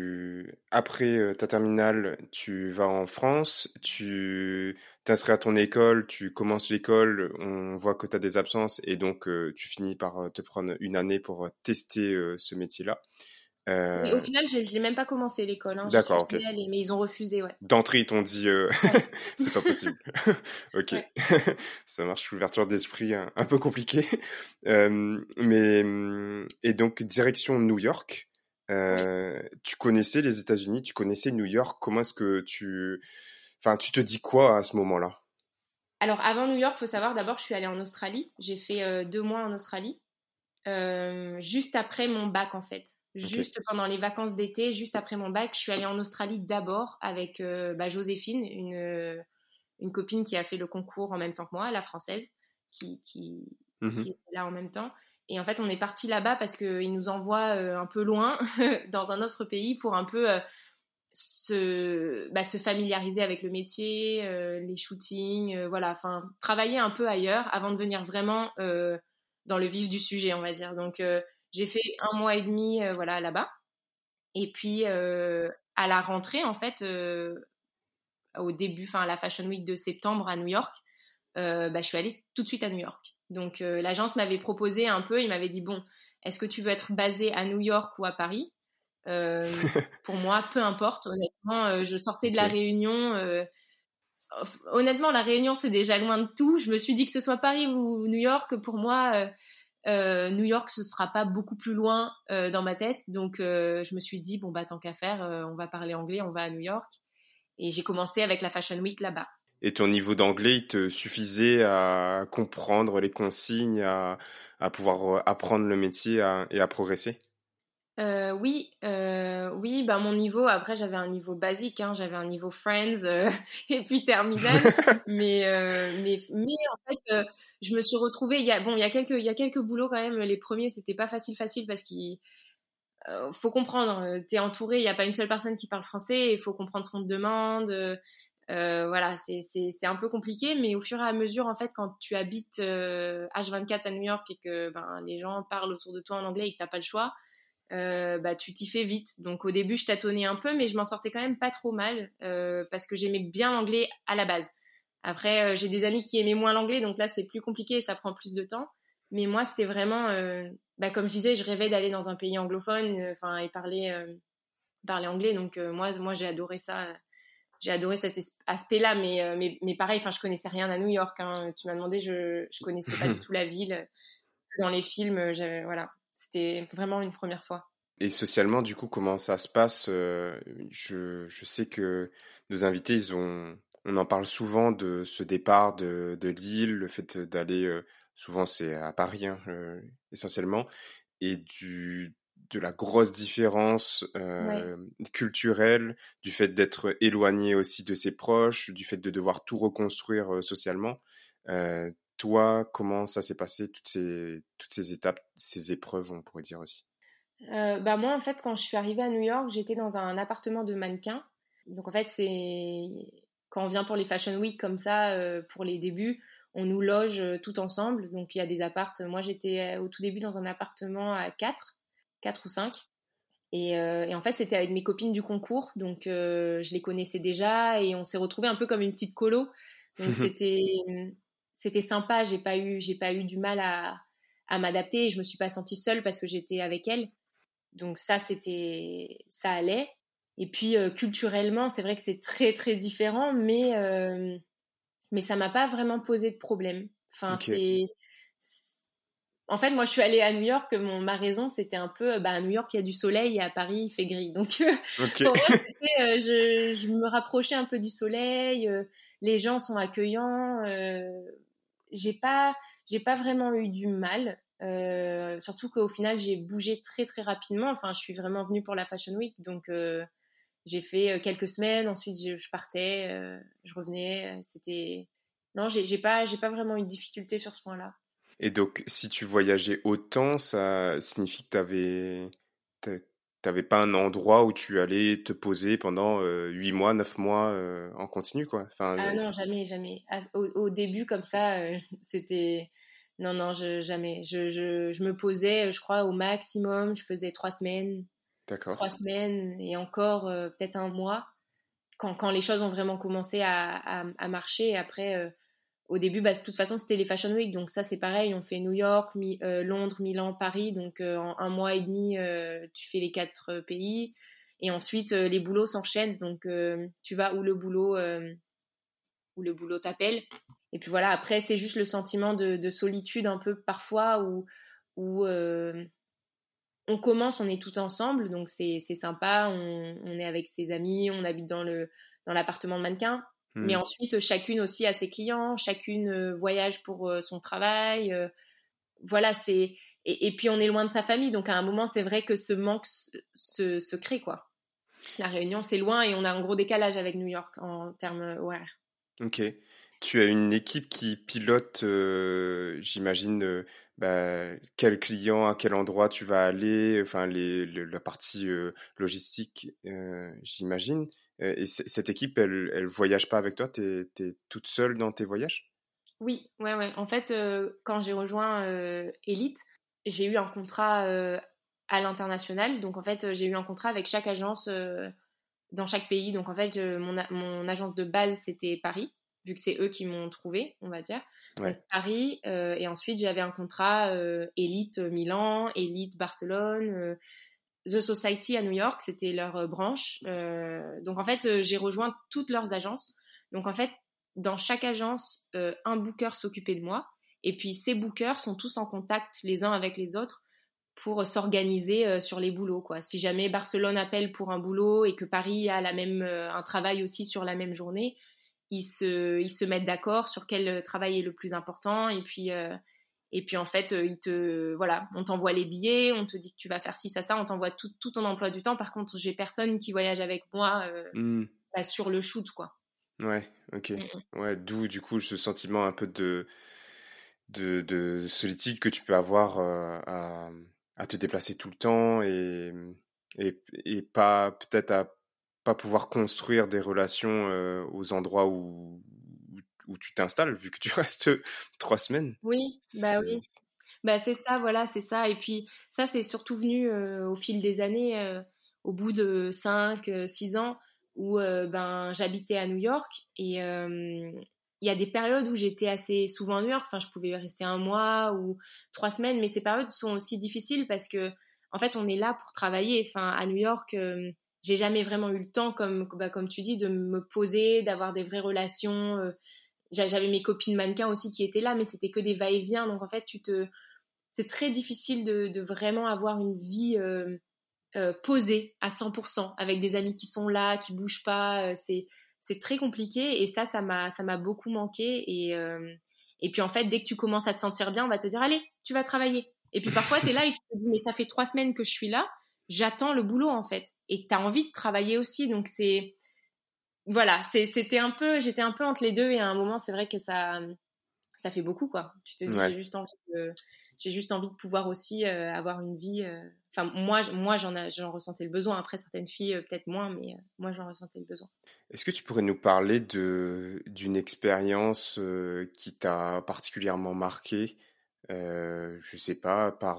après ta terminale, tu vas en France, tu t'inscris à ton école, tu commences l'école, on voit que tu as des absences et donc tu finis par te prendre une année pour tester ce métier-là.
Mais au final, je l'ai même pas commencé l'école, hein. J'y suis
D'accord, ok.
allée, mais ils ont refusé, ouais.
D'entrée, ils t'ont dit
Ouais.
c'est pas possible. Ok,
Ouais.
ça marche, l'ouverture d'esprit un peu compliquée. Et donc, direction New York.
Oui.
Tu connaissais les États-Unis, tu connaissais New York. Comment est-ce que enfin, tu te dis quoi à ce moment-là?
Alors, avant New York, faut savoir, d'abord, je suis allée en Australie. J'ai fait 2 mois en Australie, juste après mon bac, en fait.
Ok.
Juste pendant les vacances d'été, juste après mon bac, je suis allée en Australie d'abord avec Joséphine, une copine qui a fait le concours en même temps que moi, la française, qui
Mhm.
était là en même temps. Et en fait, on est parti là-bas parce qu'ils nous envoient un peu loin, dans un autre pays, pour un peu se familiariser avec le métier, les shootings, voilà, enfin, travailler un peu ailleurs avant de venir vraiment dans le vif du sujet, on va dire. Donc, j'ai fait 1 mois et demi, voilà, là-bas. Et puis, à la rentrée, en fait, au début, enfin, à la Fashion Week de septembre à New York, je suis allée tout de suite à New York. Donc, l'agence m'avait proposé un peu, il m'avait dit, bon, est-ce que tu veux être basée à New York ou à Paris? Pour moi, peu importe. Honnêtement, je sortais de la
Ok.
Réunion. Honnêtement, la Réunion, c'est déjà loin de tout. Je me suis dit que ce soit Paris ou New York, pour moi, New York, ce sera pas beaucoup plus loin dans ma tête. Donc, je me suis dit, bon, tant qu'à faire, on va parler anglais, on va à New York. Et j'ai commencé avec la Fashion Week là-bas.
Et ton niveau d'anglais, il te suffisait à comprendre les consignes, à pouvoir apprendre le métier et à progresser?
Oui, bah mon niveau, après j'avais un niveau basique, hein, j'avais un niveau Friends et puis terminal, mais en fait je me suis retrouvée, il y a quelques boulots quand même, les premiers c'était pas facile parce qu'il faut comprendre, t'es entouré, il y a pas une seule personne qui parle français, il faut comprendre ce qu'on te demande, voilà, c'est un peu compliqué, mais au fur et à mesure en fait quand tu habites H24 à New York et que ben les gens parlent autour de toi en anglais et que t'as pas le choix, bah tu t'y fais vite. Donc au début je tâtonnais un peu, mais je m'en sortais quand même pas trop mal parce que j'aimais bien l'anglais à la base. Après j'ai des amis qui aimaient moins l'anglais, donc là c'est plus compliqué, ça prend plus de temps. Mais moi c'était vraiment, bah, comme je disais, je rêvais d'aller dans un pays anglophone, enfin et parler anglais. Donc moi j'ai adoré ça. J'ai adoré cet aspect-là, mais pareil, enfin je connaissais rien à New York. Hein. Tu m'as demandé, je connaissais pas du tout la ville. Dans les films, voilà, c'était vraiment une première fois.
Et socialement, du coup, comment ça se passe? Je sais que nos invités, on en parle souvent de ce départ de Lille, le fait d'aller, souvent c'est à Paris, hein, essentiellement, et de la grosse différence
Ouais.
culturelle, du fait d'être éloigné aussi de ses proches, du fait de devoir tout reconstruire socialement. Euh, Toi, comment ça s'est passé, toutes ces étapes, ces épreuves, on pourrait dire aussi?
Bah moi, en fait, quand je suis arrivée à New York, j'étais dans un appartement de mannequin. Donc en fait, c'est quand on vient pour les Fashion Week comme ça, pour les débuts, on nous loge tout ensemble. Donc il y a des appartes. Moi, j'étais au tout début dans un appartement à 4 ou 5. Et en fait, c'était avec mes copines du concours, donc je les connaissais déjà et on s'est retrouvés un peu comme une petite colo. Donc c'était sympa. J'ai pas eu du mal à m'adapter. Et je me suis pas sentie seule parce que j'étais avec elles. Donc ça allait. Et puis culturellement, c'est vrai que c'est très très différent, mais ça m'a pas vraiment posé de problème. Enfin,
Ok,
en fait, moi, je suis allée à New York. Ma raison, c'était un peu, bah, à New York, il y a du soleil et à Paris, il fait gris. Donc,
ok.
pour moi, c'était, je me rapprochais un peu du soleil. Les gens sont accueillants. J'ai pas, j'ai pas vraiment eu du mal. Surtout qu'au final, j'ai bougé très très rapidement. Enfin, je suis vraiment venue pour la Fashion Week, donc j'ai fait quelques semaines. Ensuite, je partais, je revenais. C'était non, j'ai pas vraiment eu de difficulté sur ce point-là.
Et donc, si tu voyageais autant, ça signifie que t'avais pas un endroit où tu allais te poser pendant 8 mois, 9 mois en continu, quoi. Enfin,
Ah non, jamais, jamais. Au début, comme ça, c'était... Non, non, jamais. Je me posais, je crois, au maximum, je faisais 3 semaines,
d'accord.
3 semaines et encore peut-être un mois, quand les choses ont vraiment commencé à marcher. Et après, au début, bah, de toute façon, c'était les Fashion Week, donc ça, c'est pareil. On fait New York, Londres, Milan, Paris. Donc en un mois et demi, tu fais les 4 pays. Et ensuite, les boulots s'enchaînent. Donc tu vas où le boulot t'appelle. Et puis voilà, après, c'est juste le sentiment de solitude un peu parfois où on commence, on est tout ensemble, donc c'est sympa, on est avec ses amis, on habite dans l'appartement de mannequin. Mais
Hmm.
ensuite, chacune aussi a ses clients, chacune voyage pour son travail. Voilà, et puis on est loin de sa famille, donc à un moment, c'est vrai que ce manque se crée, quoi. La Réunion, c'est loin et on a un gros décalage avec New York en termes horaires.
Ok. Tu as une équipe qui pilote, j'imagine, quel client, à quel endroit tu vas aller, enfin la partie logistique, j'imagine. Et cette équipe, elle voyage pas avec toi, t'es toute seule dans tes voyages?
Oui, ouais, ouais. En fait, quand j'ai rejoint Elite, j'ai eu un contrat à l'international. Donc, en fait, j'ai eu un contrat avec chaque agence dans chaque pays. Donc, en fait, mon agence de base, c'était Paris, vu que c'est eux qui m'ont trouvé, on va dire. Donc,
Ouais.
Paris. Et ensuite, j'avais un contrat Elite Milan, Elite Barcelone, The Society à New York, c'était leur branche. Donc, en fait, j'ai rejoint toutes leurs agences. Donc, en fait, dans chaque agence, un booker s'occupait de moi. Et puis, ces bookers sont tous en contact les uns avec les autres pour s'organiser sur les boulots, quoi. Si jamais Barcelone appelle pour un boulot et que Paris a un travail aussi sur la même journée, ils se mettent d'accord sur quel travail est le plus important et puis en fait on t'envoie les billets, on te dit que tu vas faire ci ça, on t'envoie tout ton emploi du temps. Par contre, j'ai personne qui voyage avec moi sur le shoot, quoi.
Ouais, ok. Ouais, d'où du coup ce sentiment un peu de solitude que tu peux avoir à te déplacer tout le temps et pas peut-être à pas pouvoir construire des relations aux endroits où tu t'installes, vu que tu restes 3 semaines.
Oui, bah oui. Bah c'est ça, voilà, c'est ça. Et puis ça, c'est surtout venu au fil des années, au bout de 5, 6 ans, où j'habitais à New York. Et il y a des périodes où j'étais assez souvent à New York. Enfin, je pouvais rester 1 mois ou 3 semaines. Mais ces périodes sont aussi difficiles parce que, en fait, on est là pour travailler. Enfin, à New York, j'ai jamais vraiment eu le temps, comme tu dis, de me poser, d'avoir des vraies relations. J'avais mes copines mannequins aussi qui étaient là, mais c'était que des va-et-vient. Donc, en fait, c'est très difficile de vraiment avoir une vie posée à 100% avec des amis qui sont là, qui bougent pas. C'est très compliqué et ça m'a beaucoup manqué. Et puis en fait, dès que tu commences à te sentir bien, on va te dire allez, tu vas travailler. Et puis parfois, tu es là et tu te dis mais ça fait 3 semaines que je suis là, j'attends le boulot en fait. Et tu as envie de travailler aussi. Donc voilà, j'étais un peu entre les deux et à un moment, c'est vrai que ça fait beaucoup, quoi. Tu te dis,
Ouais.
j'ai juste envie de pouvoir aussi avoir une vie. Enfin, moi j'en ressentais le besoin. Après, certaines filles, peut-être moins, mais moi, j'en ressentais le besoin.
Est-ce que tu pourrais nous parler d'une expérience qui t'a particulièrement marqué, je sais pas, par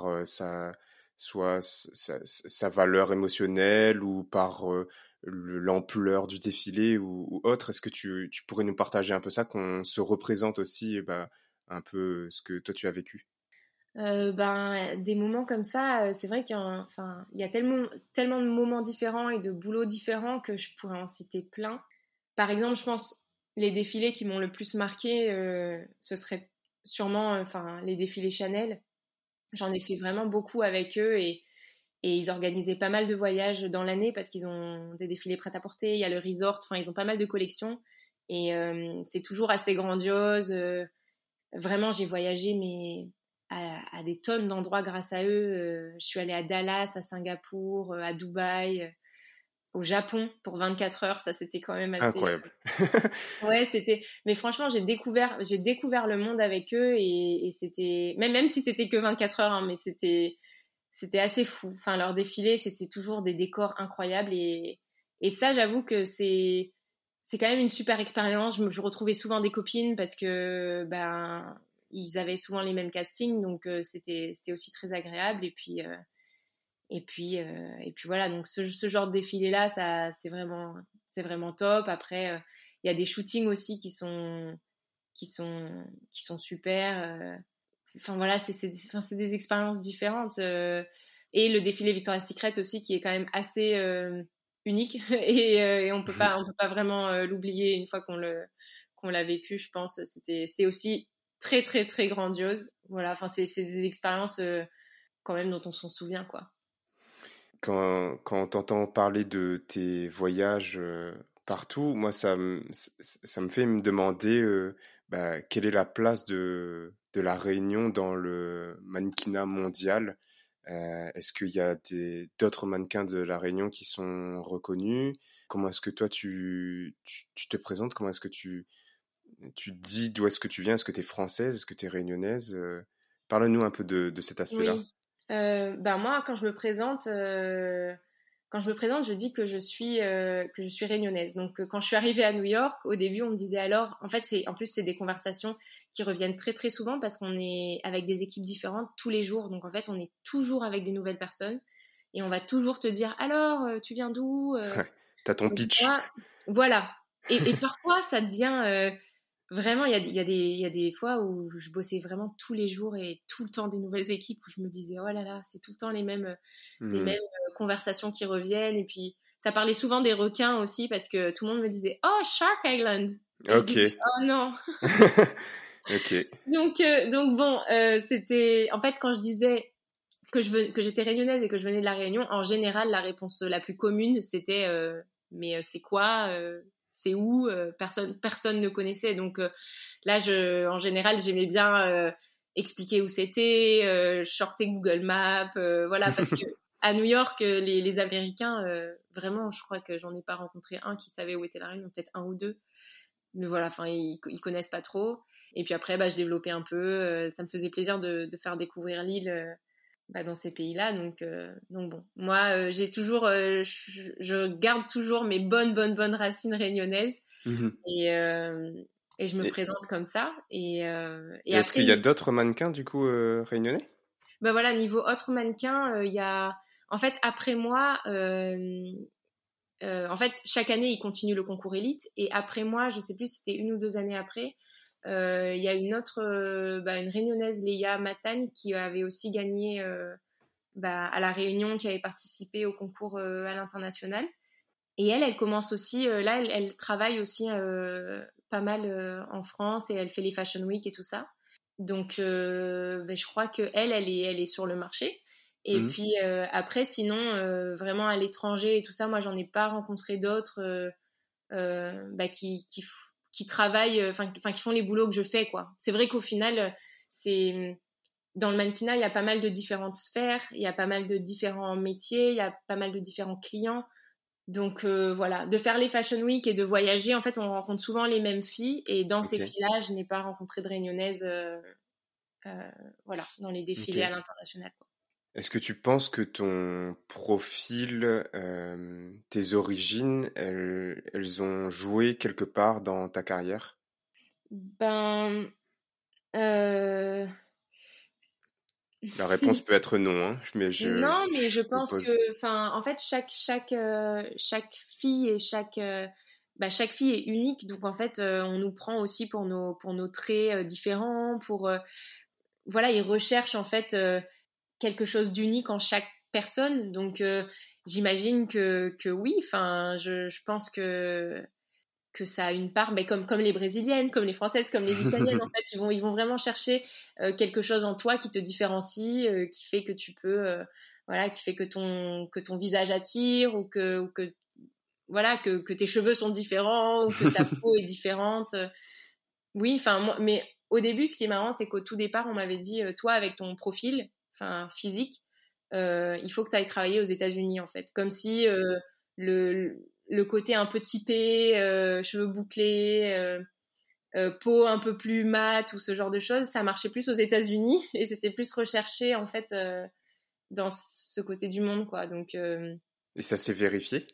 sa valeur émotionnelle ou par l'ampleur du défilé ou autre? Est-ce que tu pourrais nous partager un peu ça, qu'on se représente aussi un peu ce que toi tu as vécu?
Des moments comme ça, c'est vrai il y a tellement de moments différents et de boulots différents que je pourrais en citer plein. Par exemple, je pense les défilés qui m'ont le plus marqué, ce serait sûrement les défilés Chanel. J'en ai fait vraiment beaucoup avec eux et ils organisaient pas mal de voyages dans l'année parce qu'ils ont des défilés prêt-à-porter, il y a le resort, enfin ils ont pas mal de collections et c'est toujours assez grandiose. Vraiment, j'ai voyagé mais à des tonnes d'endroits grâce à eux. Je suis allée à Dallas, à Singapour, à Dubaï, au Japon pour 24 heures. Ça, c'était quand même assez.
Incroyable.
Ouais, c'était. Mais franchement, j'ai découvert le monde avec eux et c'était même si c'était que 24 heures, hein, mais c'était assez fou. Enfin, leur défilé, c'est toujours des décors incroyables et ça, j'avoue que c'est quand même une super expérience. Je retrouvais souvent des copines parce que ils avaient souvent les mêmes castings, donc c'était aussi très agréable. Et puis voilà. Donc ce genre de défilé là, ça c'est vraiment top. Après, il y a des shootings aussi qui sont super. Enfin voilà, c'est des expériences différentes. Et le défilé Victoria's Secret aussi, qui est quand même assez unique et on peut pas vraiment l'oublier une fois qu'on l'a vécu. Je pense c'était aussi très très très grandiose. Voilà, enfin c'est des expériences quand même dont on s'en souvient, quoi.
Quand on t'entend parler de tes voyages partout, moi, ça me fait me demander quelle est la place de la Réunion dans le mannequinat mondial. Est-ce qu'il y a d'autres mannequins de la Réunion qui sont reconnus? Comment est-ce que toi, tu te présentes? Comment est-ce que tu dis d'où est-ce que tu viens? Est-ce que tu es française? Est-ce que tu es réunionnaise? Parle-nous un peu de cet aspect-là.
Oui. Moi, quand je me présente, je dis que je suis réunionnaise. Donc, quand je suis arrivée à New York, au début, on me disait alors, en fait, c'est des conversations qui reviennent très très souvent parce qu'on est avec des équipes différentes tous les jours. Donc, en fait, on est toujours avec des nouvelles personnes et on va toujours te dire alors, tu viens d'où?
T'as ton
Donc,
pitch.
voilà. Et parfois, ça devient vraiment, il y a des fois où je bossais vraiment tous les jours et tout le temps des nouvelles équipes où je me disais, oh là là, c'est tout le temps les mêmes conversations qui reviennent. Et puis, ça parlait souvent des requins aussi parce que tout le monde me disait, oh, Shark Island. Et je
Ok.
disais, oh non.
Ok.
Donc bon, c'était, en fait, quand je disais que j'étais réunionnaise et que je venais de la Réunion, en général, la réponse la plus commune, c'était, mais c'est quoi? c'est où, personne ne connaissait. Donc là, en général, j'aimais bien expliquer où c'était, je sortais Google Maps, voilà, parce que à New York, les Américains, vraiment, je crois que j'en ai pas rencontré un qui savait où était la Réunion, peut-être un ou deux. Mais voilà, enfin, ils connaissent pas trop. Et puis après, je développais un peu. Ça me faisait plaisir de faire découvrir l'île dans ces pays-là. Donc bon, moi, j'ai toujours, je garde toujours mes bonnes racines réunionnaises. Et je me présente comme ça. Et
est-ce
après,
qu'il y a d'autres mannequins, du coup, réunionnais?
voilà, niveau autres mannequins, il y a... En fait, après moi... en fait, chaque année, ils continuent le concours élite. Et après moi, je sais plus si c'était 1 ou 2 années après, il y a une autre, une réunionnaise, Léa Matagne, qui avait aussi gagné à La Réunion, qui avait participé au concours à l'international. Et elle commence aussi, là, elle travaille aussi pas mal en France et elle fait les Fashion Week et tout ça. Donc, je crois qu'elle est sur le marché. Et puis après, sinon, vraiment à l'étranger et tout ça, moi, j'en ai pas rencontré d'autres qui travaillent, qui font les boulots que je fais, quoi. C'est vrai qu'au final, dans le mannequinat, il y a pas mal de différentes sphères, il y a pas mal de différents métiers, il y a pas mal de différents clients. Donc voilà, de faire les Fashion Week et de voyager, en fait, on rencontre souvent les mêmes filles. Et dans ces filles-là, je n'ai pas rencontré de réunionnaises dans les défilés à l'international, quoi.
Est-ce que tu penses que ton profil, tes origines, elles ont joué quelque part dans ta carrière? La réponse peut être non, hein, mais
non, mais je pense
pose.
que, en fait, chaque fille et chaque fille est unique. Donc en fait, on nous prend aussi pour nos traits différents. Voilà, ils recherchent en fait quelque chose d'unique en chaque personne. Donc j'imagine que oui. Je pense que ça a une part, comme les Brésiliennes, comme les Françaises, comme les Italiennes. En fait, ils vont vraiment chercher quelque chose en toi qui te différencie, qui fait que tu peux, qui fait que ton visage attire, ou que tes cheveux sont différents, ou que ta peau est différente. Oui, moi, mais au début, ce qui est marrant, c'est qu'au tout départ, on m'avait dit, toi, avec ton profil, physique, il faut que tu ailles travailler aux États-Unis, en fait. Comme si le côté un peu typé, cheveux bouclés, peau un peu plus mate, ou ce genre de choses, ça marchait plus aux États-Unis et c'était plus recherché, en fait, dans ce côté du monde, quoi. Donc,
et ça s'est vérifié?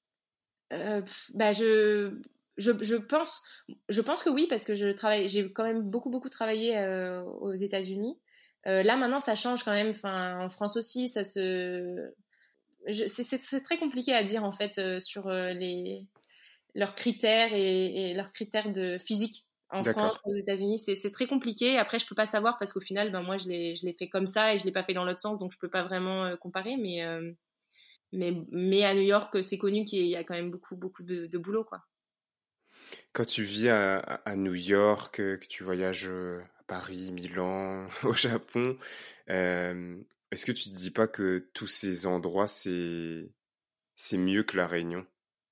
Je pense que oui, parce que j'ai quand même beaucoup travaillé aux États-Unis. Là maintenant, ça change quand même. En France aussi, c'est très compliqué à dire, en fait, sur leurs critères et leurs critères de physique en France, aux États-Unis. C'est très compliqué. Après, je peux pas savoir parce qu'au final, moi, je l'ai fait comme ça et je l'ai pas fait dans l'autre sens, donc je peux pas vraiment comparer. Mais à New York, c'est connu qu'il y a quand même beaucoup de boulot, quoi.
Quand tu vis à New York, que tu voyages à Paris, Milan, au Japon, est-ce que tu te dis pas que tous ces endroits, c'est mieux que La Réunion?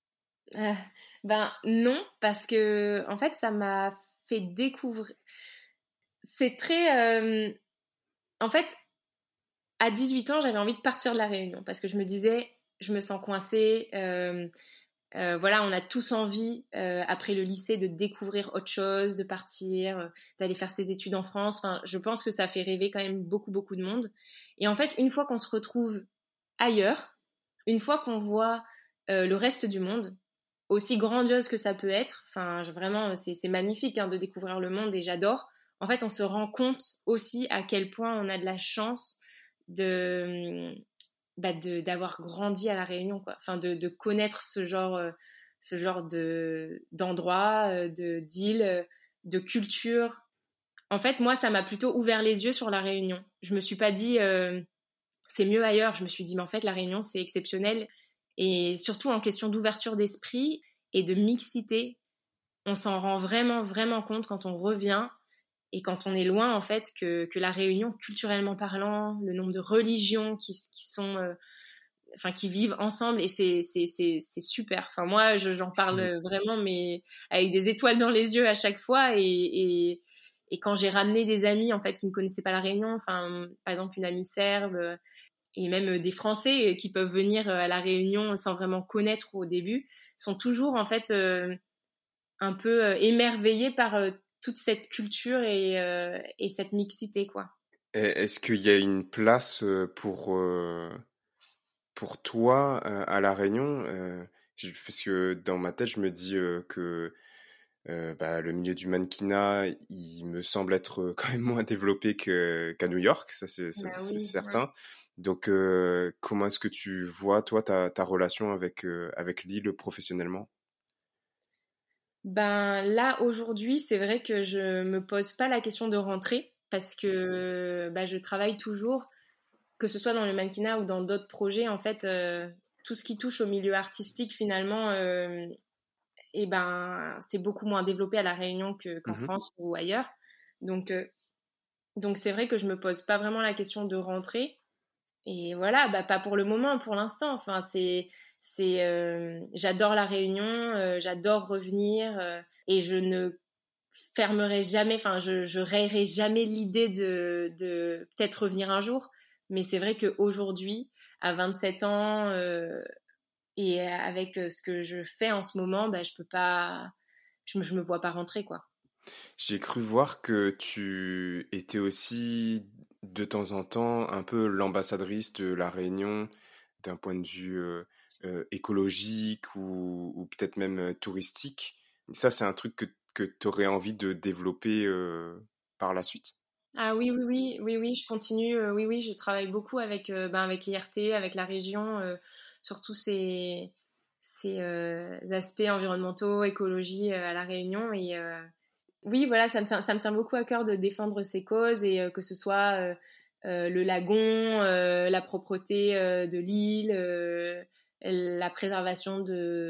Non, parce que en fait, ça m'a fait découvrir. C'est très... En fait, à 18 ans, j'avais envie de partir de La Réunion parce que je me disais, je me sens coincée. Voilà, on a tous envie, après le lycée, de découvrir autre chose, de partir, d'aller faire ses études en France. Je pense que ça fait rêver quand même beaucoup de monde. Et en fait, une fois qu'on se retrouve ailleurs, une fois qu'on voit le reste du monde, aussi grandiose que ça peut être, vraiment, c'est magnifique, hein, de découvrir le monde, et j'adore. En fait, on se rend compte aussi à quel point on a de la chance d'avoir grandi à La Réunion, quoi. De connaître ce genre d'endroit, d'île, de culture. En fait, moi, ça m'a plutôt ouvert les yeux sur La Réunion. Je me suis pas dit c'est mieux ailleurs. Je me suis dit, mais en fait, La Réunion, c'est exceptionnel. Et surtout en question d'ouverture d'esprit et de mixité, on s'en rend vraiment compte quand on revient et quand on est loin, en fait, que La Réunion, culturellement parlant, le nombre de religions qui sont enfin qui vivent ensemble, et c'est super. Enfin moi j'en parle vraiment, mais avec des étoiles dans les yeux à chaque fois, et quand j'ai ramené des amis en fait qui ne connaissaient pas la Réunion, enfin par exemple une amie serbe, et même des Français qui peuvent venir à la Réunion sans vraiment connaître au début, sont toujours en fait un peu émerveillés par toute cette culture et cette mixité, quoi.
Est-ce qu'il y a une place pour toi à La Réunion? Parce que dans ma tête, je me dis que bah, le milieu du mannequinat, il me semble être quand même moins développé qu'à New York, ça
Bah
c'est
oui, ouais.
certain. Donc, comment est-ce que tu vois, toi, ta relation avec l'île professionnellement?
Ben là aujourd'hui, c'est vrai que je me pose pas la question de rentrer parce que bah, je travaille toujours, que ce soit dans le mannequinat ou dans d'autres projets. En fait, tout ce qui touche au milieu artistique finalement, et ben c'est beaucoup moins développé à La Réunion qu'en
Mhm.
France ou ailleurs. Donc donc c'est vrai que je me pose pas vraiment la question de rentrer. Et voilà, bah pas pour le moment, pour l'instant. Enfin, j'adore la Réunion, j'adore revenir, et je ne fermerai jamais, enfin, je rayerai jamais l'idée de peut-être revenir un jour. Mais c'est vrai qu'aujourd'hui, à 27 ans, et avec ce que je fais en ce moment, bah, je peux pas, je me vois pas rentrer, quoi.
J'ai cru voir que tu étais aussi de temps en temps un peu l'ambassadrice de La Réunion d'un point de vue écologique ou peut-être même touristique. Ça, c'est un truc que tu aurais envie de développer par la suite.
Ah oui, oui, oui, oui, oui, je continue. Oui, oui, je travaille beaucoup avec, ben, avec l'IRT, avec la région, sur tous ces aspects environnementaux, écologie à La Réunion. Et oui, voilà, ça me tient beaucoup à cœur de défendre ces causes, et que ce soit le lagon, la propreté de l'île, la préservation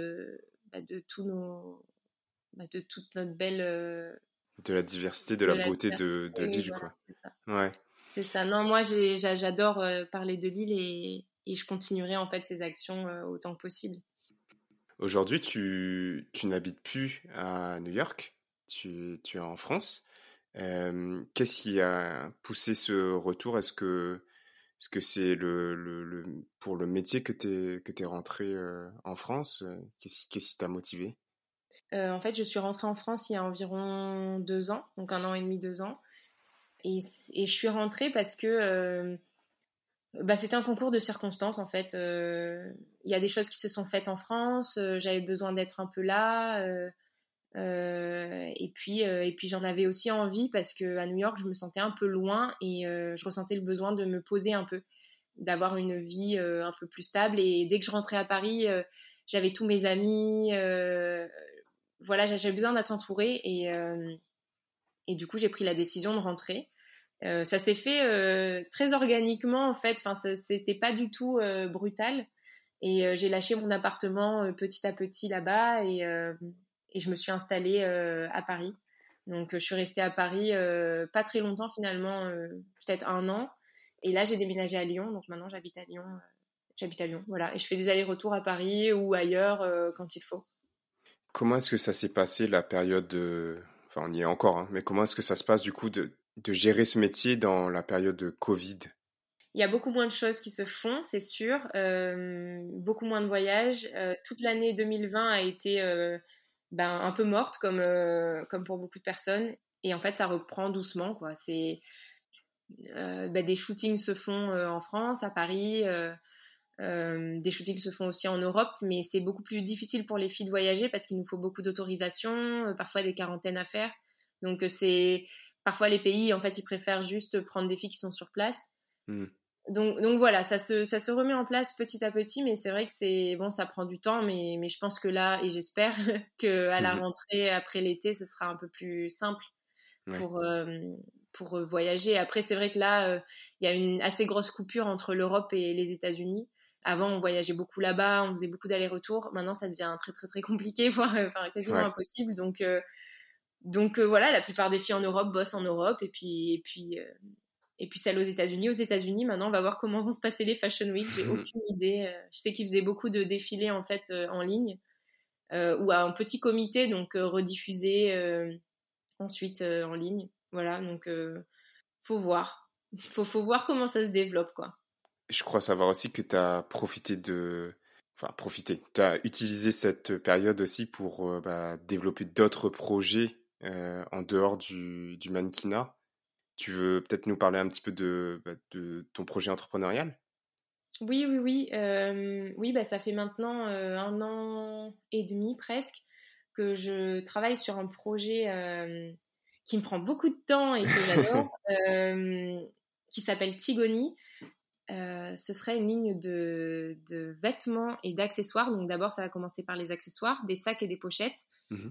de tous nos, de toute notre belle
De la diversité, de
de
la
la
beauté
diversité.
de
Oui,
l'île,
voilà,
quoi.
c'est ça.
Ouais.
C'est ça. Non, moi, j'adore parler de l'île, et je continuerai en fait ces actions autant que possible.
Aujourd'hui, tu n'habites plus à New York, tu es en France. Qu'est-ce qui a poussé ce retour? Est-ce que c'est pour le métier que t'es rentré en France? Qu'est-ce qui t'a motivé?
En fait, je suis rentrée en France il y a environ 2 ans, donc 1 an et demi, 2 ans. Et je suis rentrée parce que bah, c'était un concours de circonstances en fait. Il y a des choses qui se sont faites en France, j'avais besoin d'être un peu là. Et puis j'en avais aussi envie parce que à New York, je me sentais un peu loin, et je ressentais le besoin de me poser un peu, d'avoir une vie un peu plus stable. Et dès que je rentrais à Paris, j'avais tous mes amis. Voilà, j'avais besoin d'être entourée, et du coup, j'ai pris la décision de rentrer. Ça s'est fait très organiquement en fait. Enfin, c'était pas du tout brutal. Et j'ai lâché mon appartement petit à petit là-bas, et je me suis installée à Paris. Donc je suis restée à Paris pas très longtemps finalement, peut-être 1 an. Et là j'ai déménagé à Lyon, donc maintenant j'habite à Lyon. J'habite à Lyon, voilà. Et je fais des allers-retours à Paris ou ailleurs quand il faut.
Comment est-ce que ça s'est passé la période enfin, on y est encore, hein, mais comment est-ce que ça se passe du coup de gérer ce métier dans la période de Covid?
Il y a beaucoup moins de choses qui se font, c'est sûr. Beaucoup moins de voyages. Toute l'année 2020 a été ben, un peu morte, comme pour beaucoup de personnes. Et en fait, ça reprend doucement, quoi. Ben, des shootings se font en France, à Paris. Des shootings se font aussi en Europe, mais c'est beaucoup plus difficile pour les filles de voyager parce qu'il nous faut beaucoup d'autorisation, parfois des quarantaines à faire. Donc c'est parfois les pays, en fait, ils préfèrent juste prendre des filles qui sont sur place.
Hmm.
Donc voilà, ça se remet en place petit à petit, mais c'est vrai que c'est bon, ça prend du temps, mais je pense que là, et j'espère que à la rentrée après l'été, ce sera un peu plus simple
Ouais.
pour voyager. Après, c'est vrai que là, il y a une assez grosse coupure entre l'Europe et les États-Unis. Avant, on voyageait beaucoup là-bas, on faisait beaucoup d'allers-retours. Maintenant, ça devient très très très compliqué, voire enfin quasiment
Ouais.
impossible. Donc voilà, la plupart des filles en Europe bossent en Europe, et puis et puis celle aux États-Unis. Aux États-Unis, maintenant, on va voir comment vont se passer les Fashion Week. J'ai aucune idée. Je sais qu'ils faisaient beaucoup de défilés en fait en ligne ou à un petit comité, donc rediffusé ensuite en ligne. Voilà, donc faut voir. Faut voir comment ça se développe, quoi.
Je crois savoir aussi que tu as tu as utilisé cette période aussi pour développer d'autres projets en dehors du mannequinat. Tu veux peut-être nous parler un petit peu de ton projet entrepreneurial?
Oui. Oui, bah, ça fait maintenant 1 an et demi presque que je travaille sur un projet qui me prend beaucoup de temps et que j'adore, qui s'appelle Tigoni. Ce serait une ligne de vêtements et d'accessoires. Donc d'abord, ça va commencer par les accessoires, des sacs et des pochettes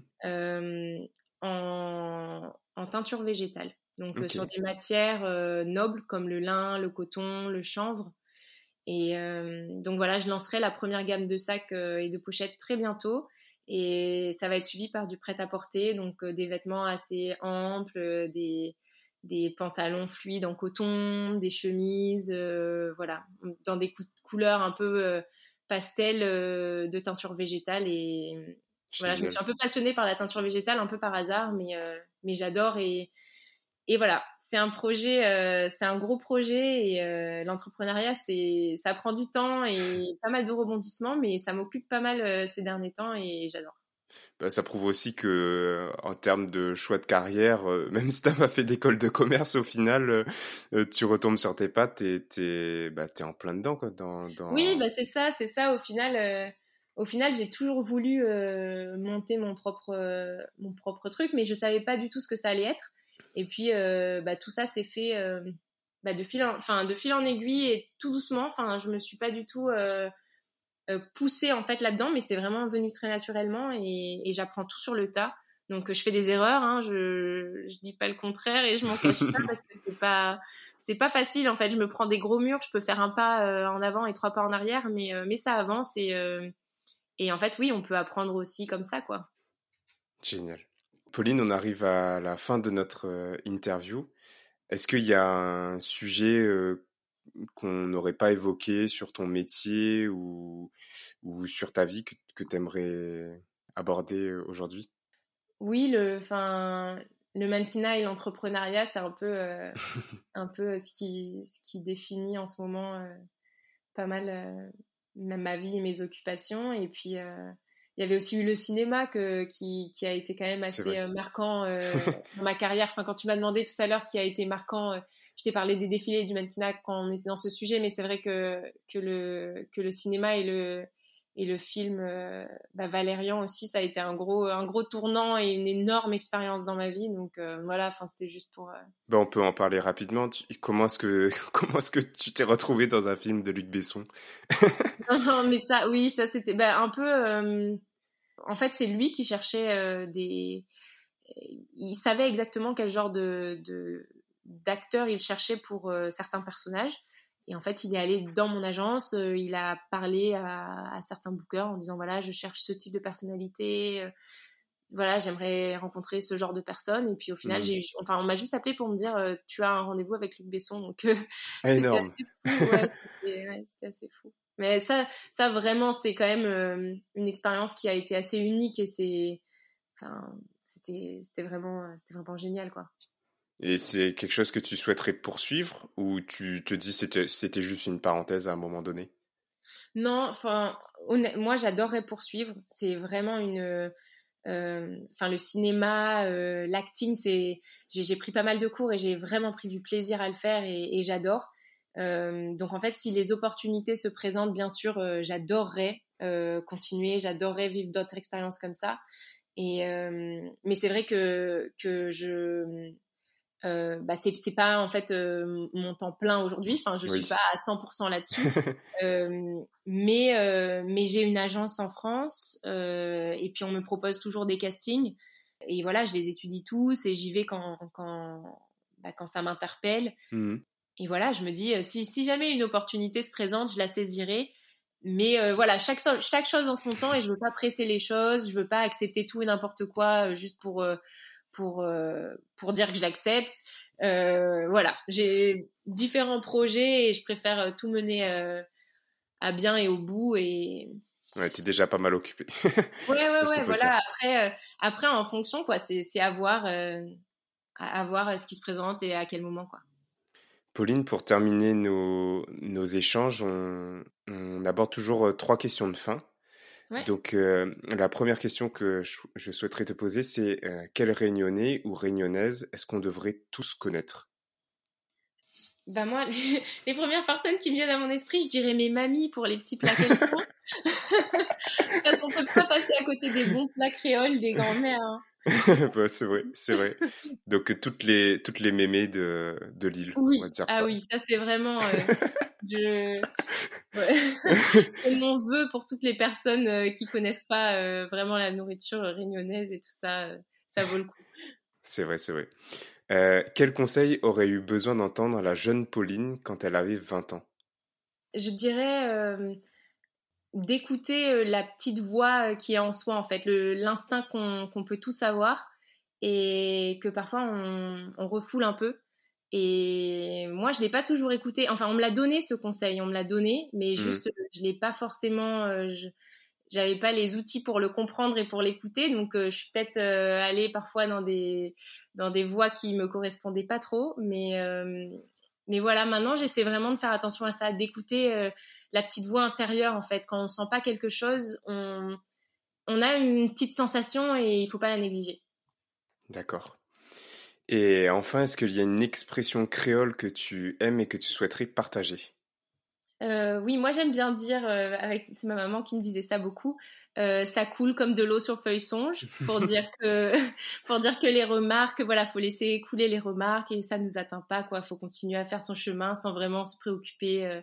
en teinture végétale. Donc sur des matières nobles comme le lin, le coton, le chanvre. Et donc voilà, je lancerai la première gamme de sacs et de pochettes très bientôt. Et ça va être suivi par du prêt-à-porter, donc des vêtements assez amples, des pantalons fluides en coton, des chemises, voilà, dans des couleurs un peu pastel de teinture végétale. Et voilà, je me suis un peu passionnée par la teinture végétale, un peu par hasard, mais j'adore. Et voilà, c'est un projet, c'est un gros projet et l'entrepreneuriat, ça prend du temps et pas mal de rebondissements, mais ça m'occupe pas mal ces derniers temps et j'adore.
Bah, ça prouve aussi que, en termes de choix de carrière, même si t'as pas fait d'école de commerce, au final, tu retombes sur tes pattes et t'es en plein dedans, quoi.
Oui, bah c'est ça. Au final, j'ai toujours voulu monter mon propre truc, mais je savais pas du tout ce que ça allait être. Et puis, tout ça s'est fait de fil en aiguille et tout doucement. Enfin, je me suis pas du tout poussée en fait là-dedans, mais c'est vraiment venu très naturellement et j'apprends tout sur le tas. Donc, je fais des erreurs, hein, je dis pas le contraire et je m'en cache pas parce que c'est pas facile en fait. Je me prends des gros murs, je peux faire un pas en avant et 3 pas en arrière, mais ça avance et en fait, oui, on peut apprendre aussi comme ça, quoi.
Génial. Pauline, on arrive à la fin de notre interview. Est-ce qu'il y a un sujet qu'on n'aurait pas évoqué sur ton métier ou sur ta vie que tu aimerais aborder aujourd'hui?
Oui, le mannequinat et l'entrepreneuriat, c'est un peu ce qui définit en ce moment pas mal ma vie et mes occupations. Et puis, il y avait aussi eu le cinéma qui a été quand même assez marquant dans ma carrière. Enfin, quand tu m'as demandé tout à l'heure ce qui a été marquant, je t'ai parlé des défilés et du mannequinat quand on était dans ce sujet, mais c'est vrai que le cinéma et le film Valérian aussi, ça a été un gros tournant et une énorme expérience dans ma vie. Donc voilà, enfin c'était juste pour.
On peut en parler rapidement. Comment est-ce que tu t'es retrouvée dans un film de Luc Besson?
Non, mais ça c'était un peu. En fait, c'est lui qui cherchait il savait exactement quel genre d'acteur il cherchait pour certains personnages. Et en fait, il est allé dans mon agence, il a parlé à certains bookers en disant voilà, je cherche ce type de personnalité, voilà, j'aimerais rencontrer ce genre de personne. Et puis au final, on m'a juste appelé pour me dire tu as un rendez-vous avec Luc Besson. Donc
énorme.
C'était assez fou. Mais ça vraiment, c'est quand même une expérience qui a été assez unique et c'était vraiment génial, quoi.
Et c'est quelque chose que tu souhaiterais poursuivre ou tu te dis c'était juste une parenthèse à un moment donné?
Non, enfin, moi j'adorerais poursuivre. C'est vraiment le cinéma, l'acting, j'ai pris pas mal de cours et j'ai vraiment pris du plaisir à le faire et j'adore. Donc en fait, si les opportunités se présentent, bien sûr, j'adorerais continuer, j'adorerais vivre d'autres expériences comme ça. Mais c'est vrai que je c'est pas en fait mon temps plein aujourd'hui. Enfin, je suis pas à 100% là-dessus. Mais j'ai une agence en France et puis on me propose toujours des castings. Et voilà, je les étudie tous et j'y vais quand ça m'interpelle. Et voilà, je me dis, si jamais une opportunité se présente, je la saisirai. Mais voilà, chaque chose en son temps et je veux pas presser les choses, je veux pas accepter tout et n'importe quoi juste pour dire que je l'accepte. Voilà, j'ai différents projets et je préfère tout mener à bien et au bout. Et
Ouais, t'es déjà pas mal occupé.
ouais,
C'est ce qu'on peut
voilà.
dire.
Après, en fonction, quoi, c'est à voir ce qui se présente et à quel moment, quoi.
Pauline, pour terminer nos échanges, on aborde toujours 3 questions de fin.
Ouais.
Donc, la première question que je souhaiterais te poser, c'est quel Réunionnais ou Réunionnaise est-ce qu'on devrait tous connaître?
Bah moi, les premières personnes qui me viennent à mon esprit, je dirais mes mamies pour les petits plats qu'elles font. Parce qu'on peut pas passer à côté des bons plats créoles des grands-mères, hein.
Ouais, c'est vrai, c'est vrai. Donc, toutes les mémés de l'île,
Oui,
on va dire
ah
ça.
oui, ça c'est vraiment ouais. C'est mon vœu pour toutes les personnes qui connaissent pas vraiment la nourriture réunionnaise et tout ça, ça vaut le coup.
C'est vrai, c'est vrai. Quel conseil aurait eu besoin d'entendre la jeune Pauline quand elle avait 20 ans?
Je dirais d'écouter la petite voix qui est en soi, en fait, l'instinct qu'on peut tous avoir et que parfois on refoule un peu. Et moi, je l'ai pas toujours écouté. Enfin, on me l'a donné ce conseil, on me l'a donné, mais
Mhm.
juste, je l'ai pas forcément. J'avais pas les outils pour le comprendre et pour l'écouter, donc je suis peut-être allée parfois dans des voies qui me correspondaient pas trop, mais voilà, maintenant j'essaie vraiment de faire attention à ça, d'écouter la petite voix intérieure en fait. Quand on sent pas quelque chose, on a une petite sensation et il faut pas la négliger.
D'accord. Et enfin, est-ce qu'il y a une expression créole que tu aimes et que tu souhaiterais partager?
Oui, moi j'aime bien dire, c'est ma maman qui me disait ça beaucoup, ça coule comme de l'eau sur feuille songe, pour dire que, pour dire que les remarques, voilà, faut laisser couler les remarques et ça nous atteint pas, quoi. Faut continuer à faire son chemin sans vraiment se préoccuper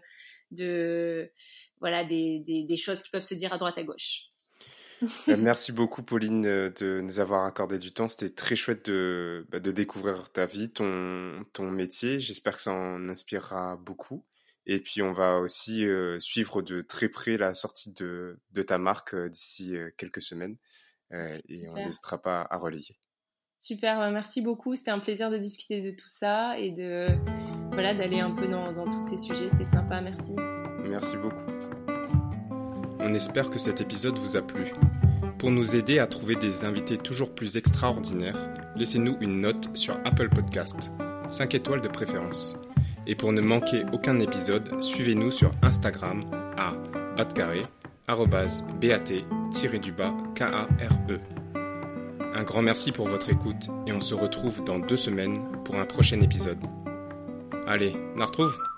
voilà, des choses qui peuvent se dire à droite à gauche.
Merci beaucoup, Pauline, de nous avoir accordé du temps. C'était très chouette de découvrir ta vie, ton métier. J'espère que ça en inspirera beaucoup. Et puis, on va aussi suivre de très près la sortie de ta marque d'ici quelques semaines. Et on
Super.
n'hésitera pas à relayer.
Super, merci beaucoup. C'était un plaisir de discuter de tout ça et voilà, d'aller un peu dans tous ces sujets. C'était sympa, merci.
Merci beaucoup. On espère que cet épisode vous a plu. Pour nous aider à trouver des invités toujours plus extraordinaires, laissez-nous une note sur Apple Podcast, 5 étoiles de préférence. Et pour ne manquer aucun épisode, suivez-nous sur Instagram à @bat_kare. Un grand merci pour votre écoute et on se retrouve dans 2 semaines pour un prochain épisode. Allez, on la retrouve!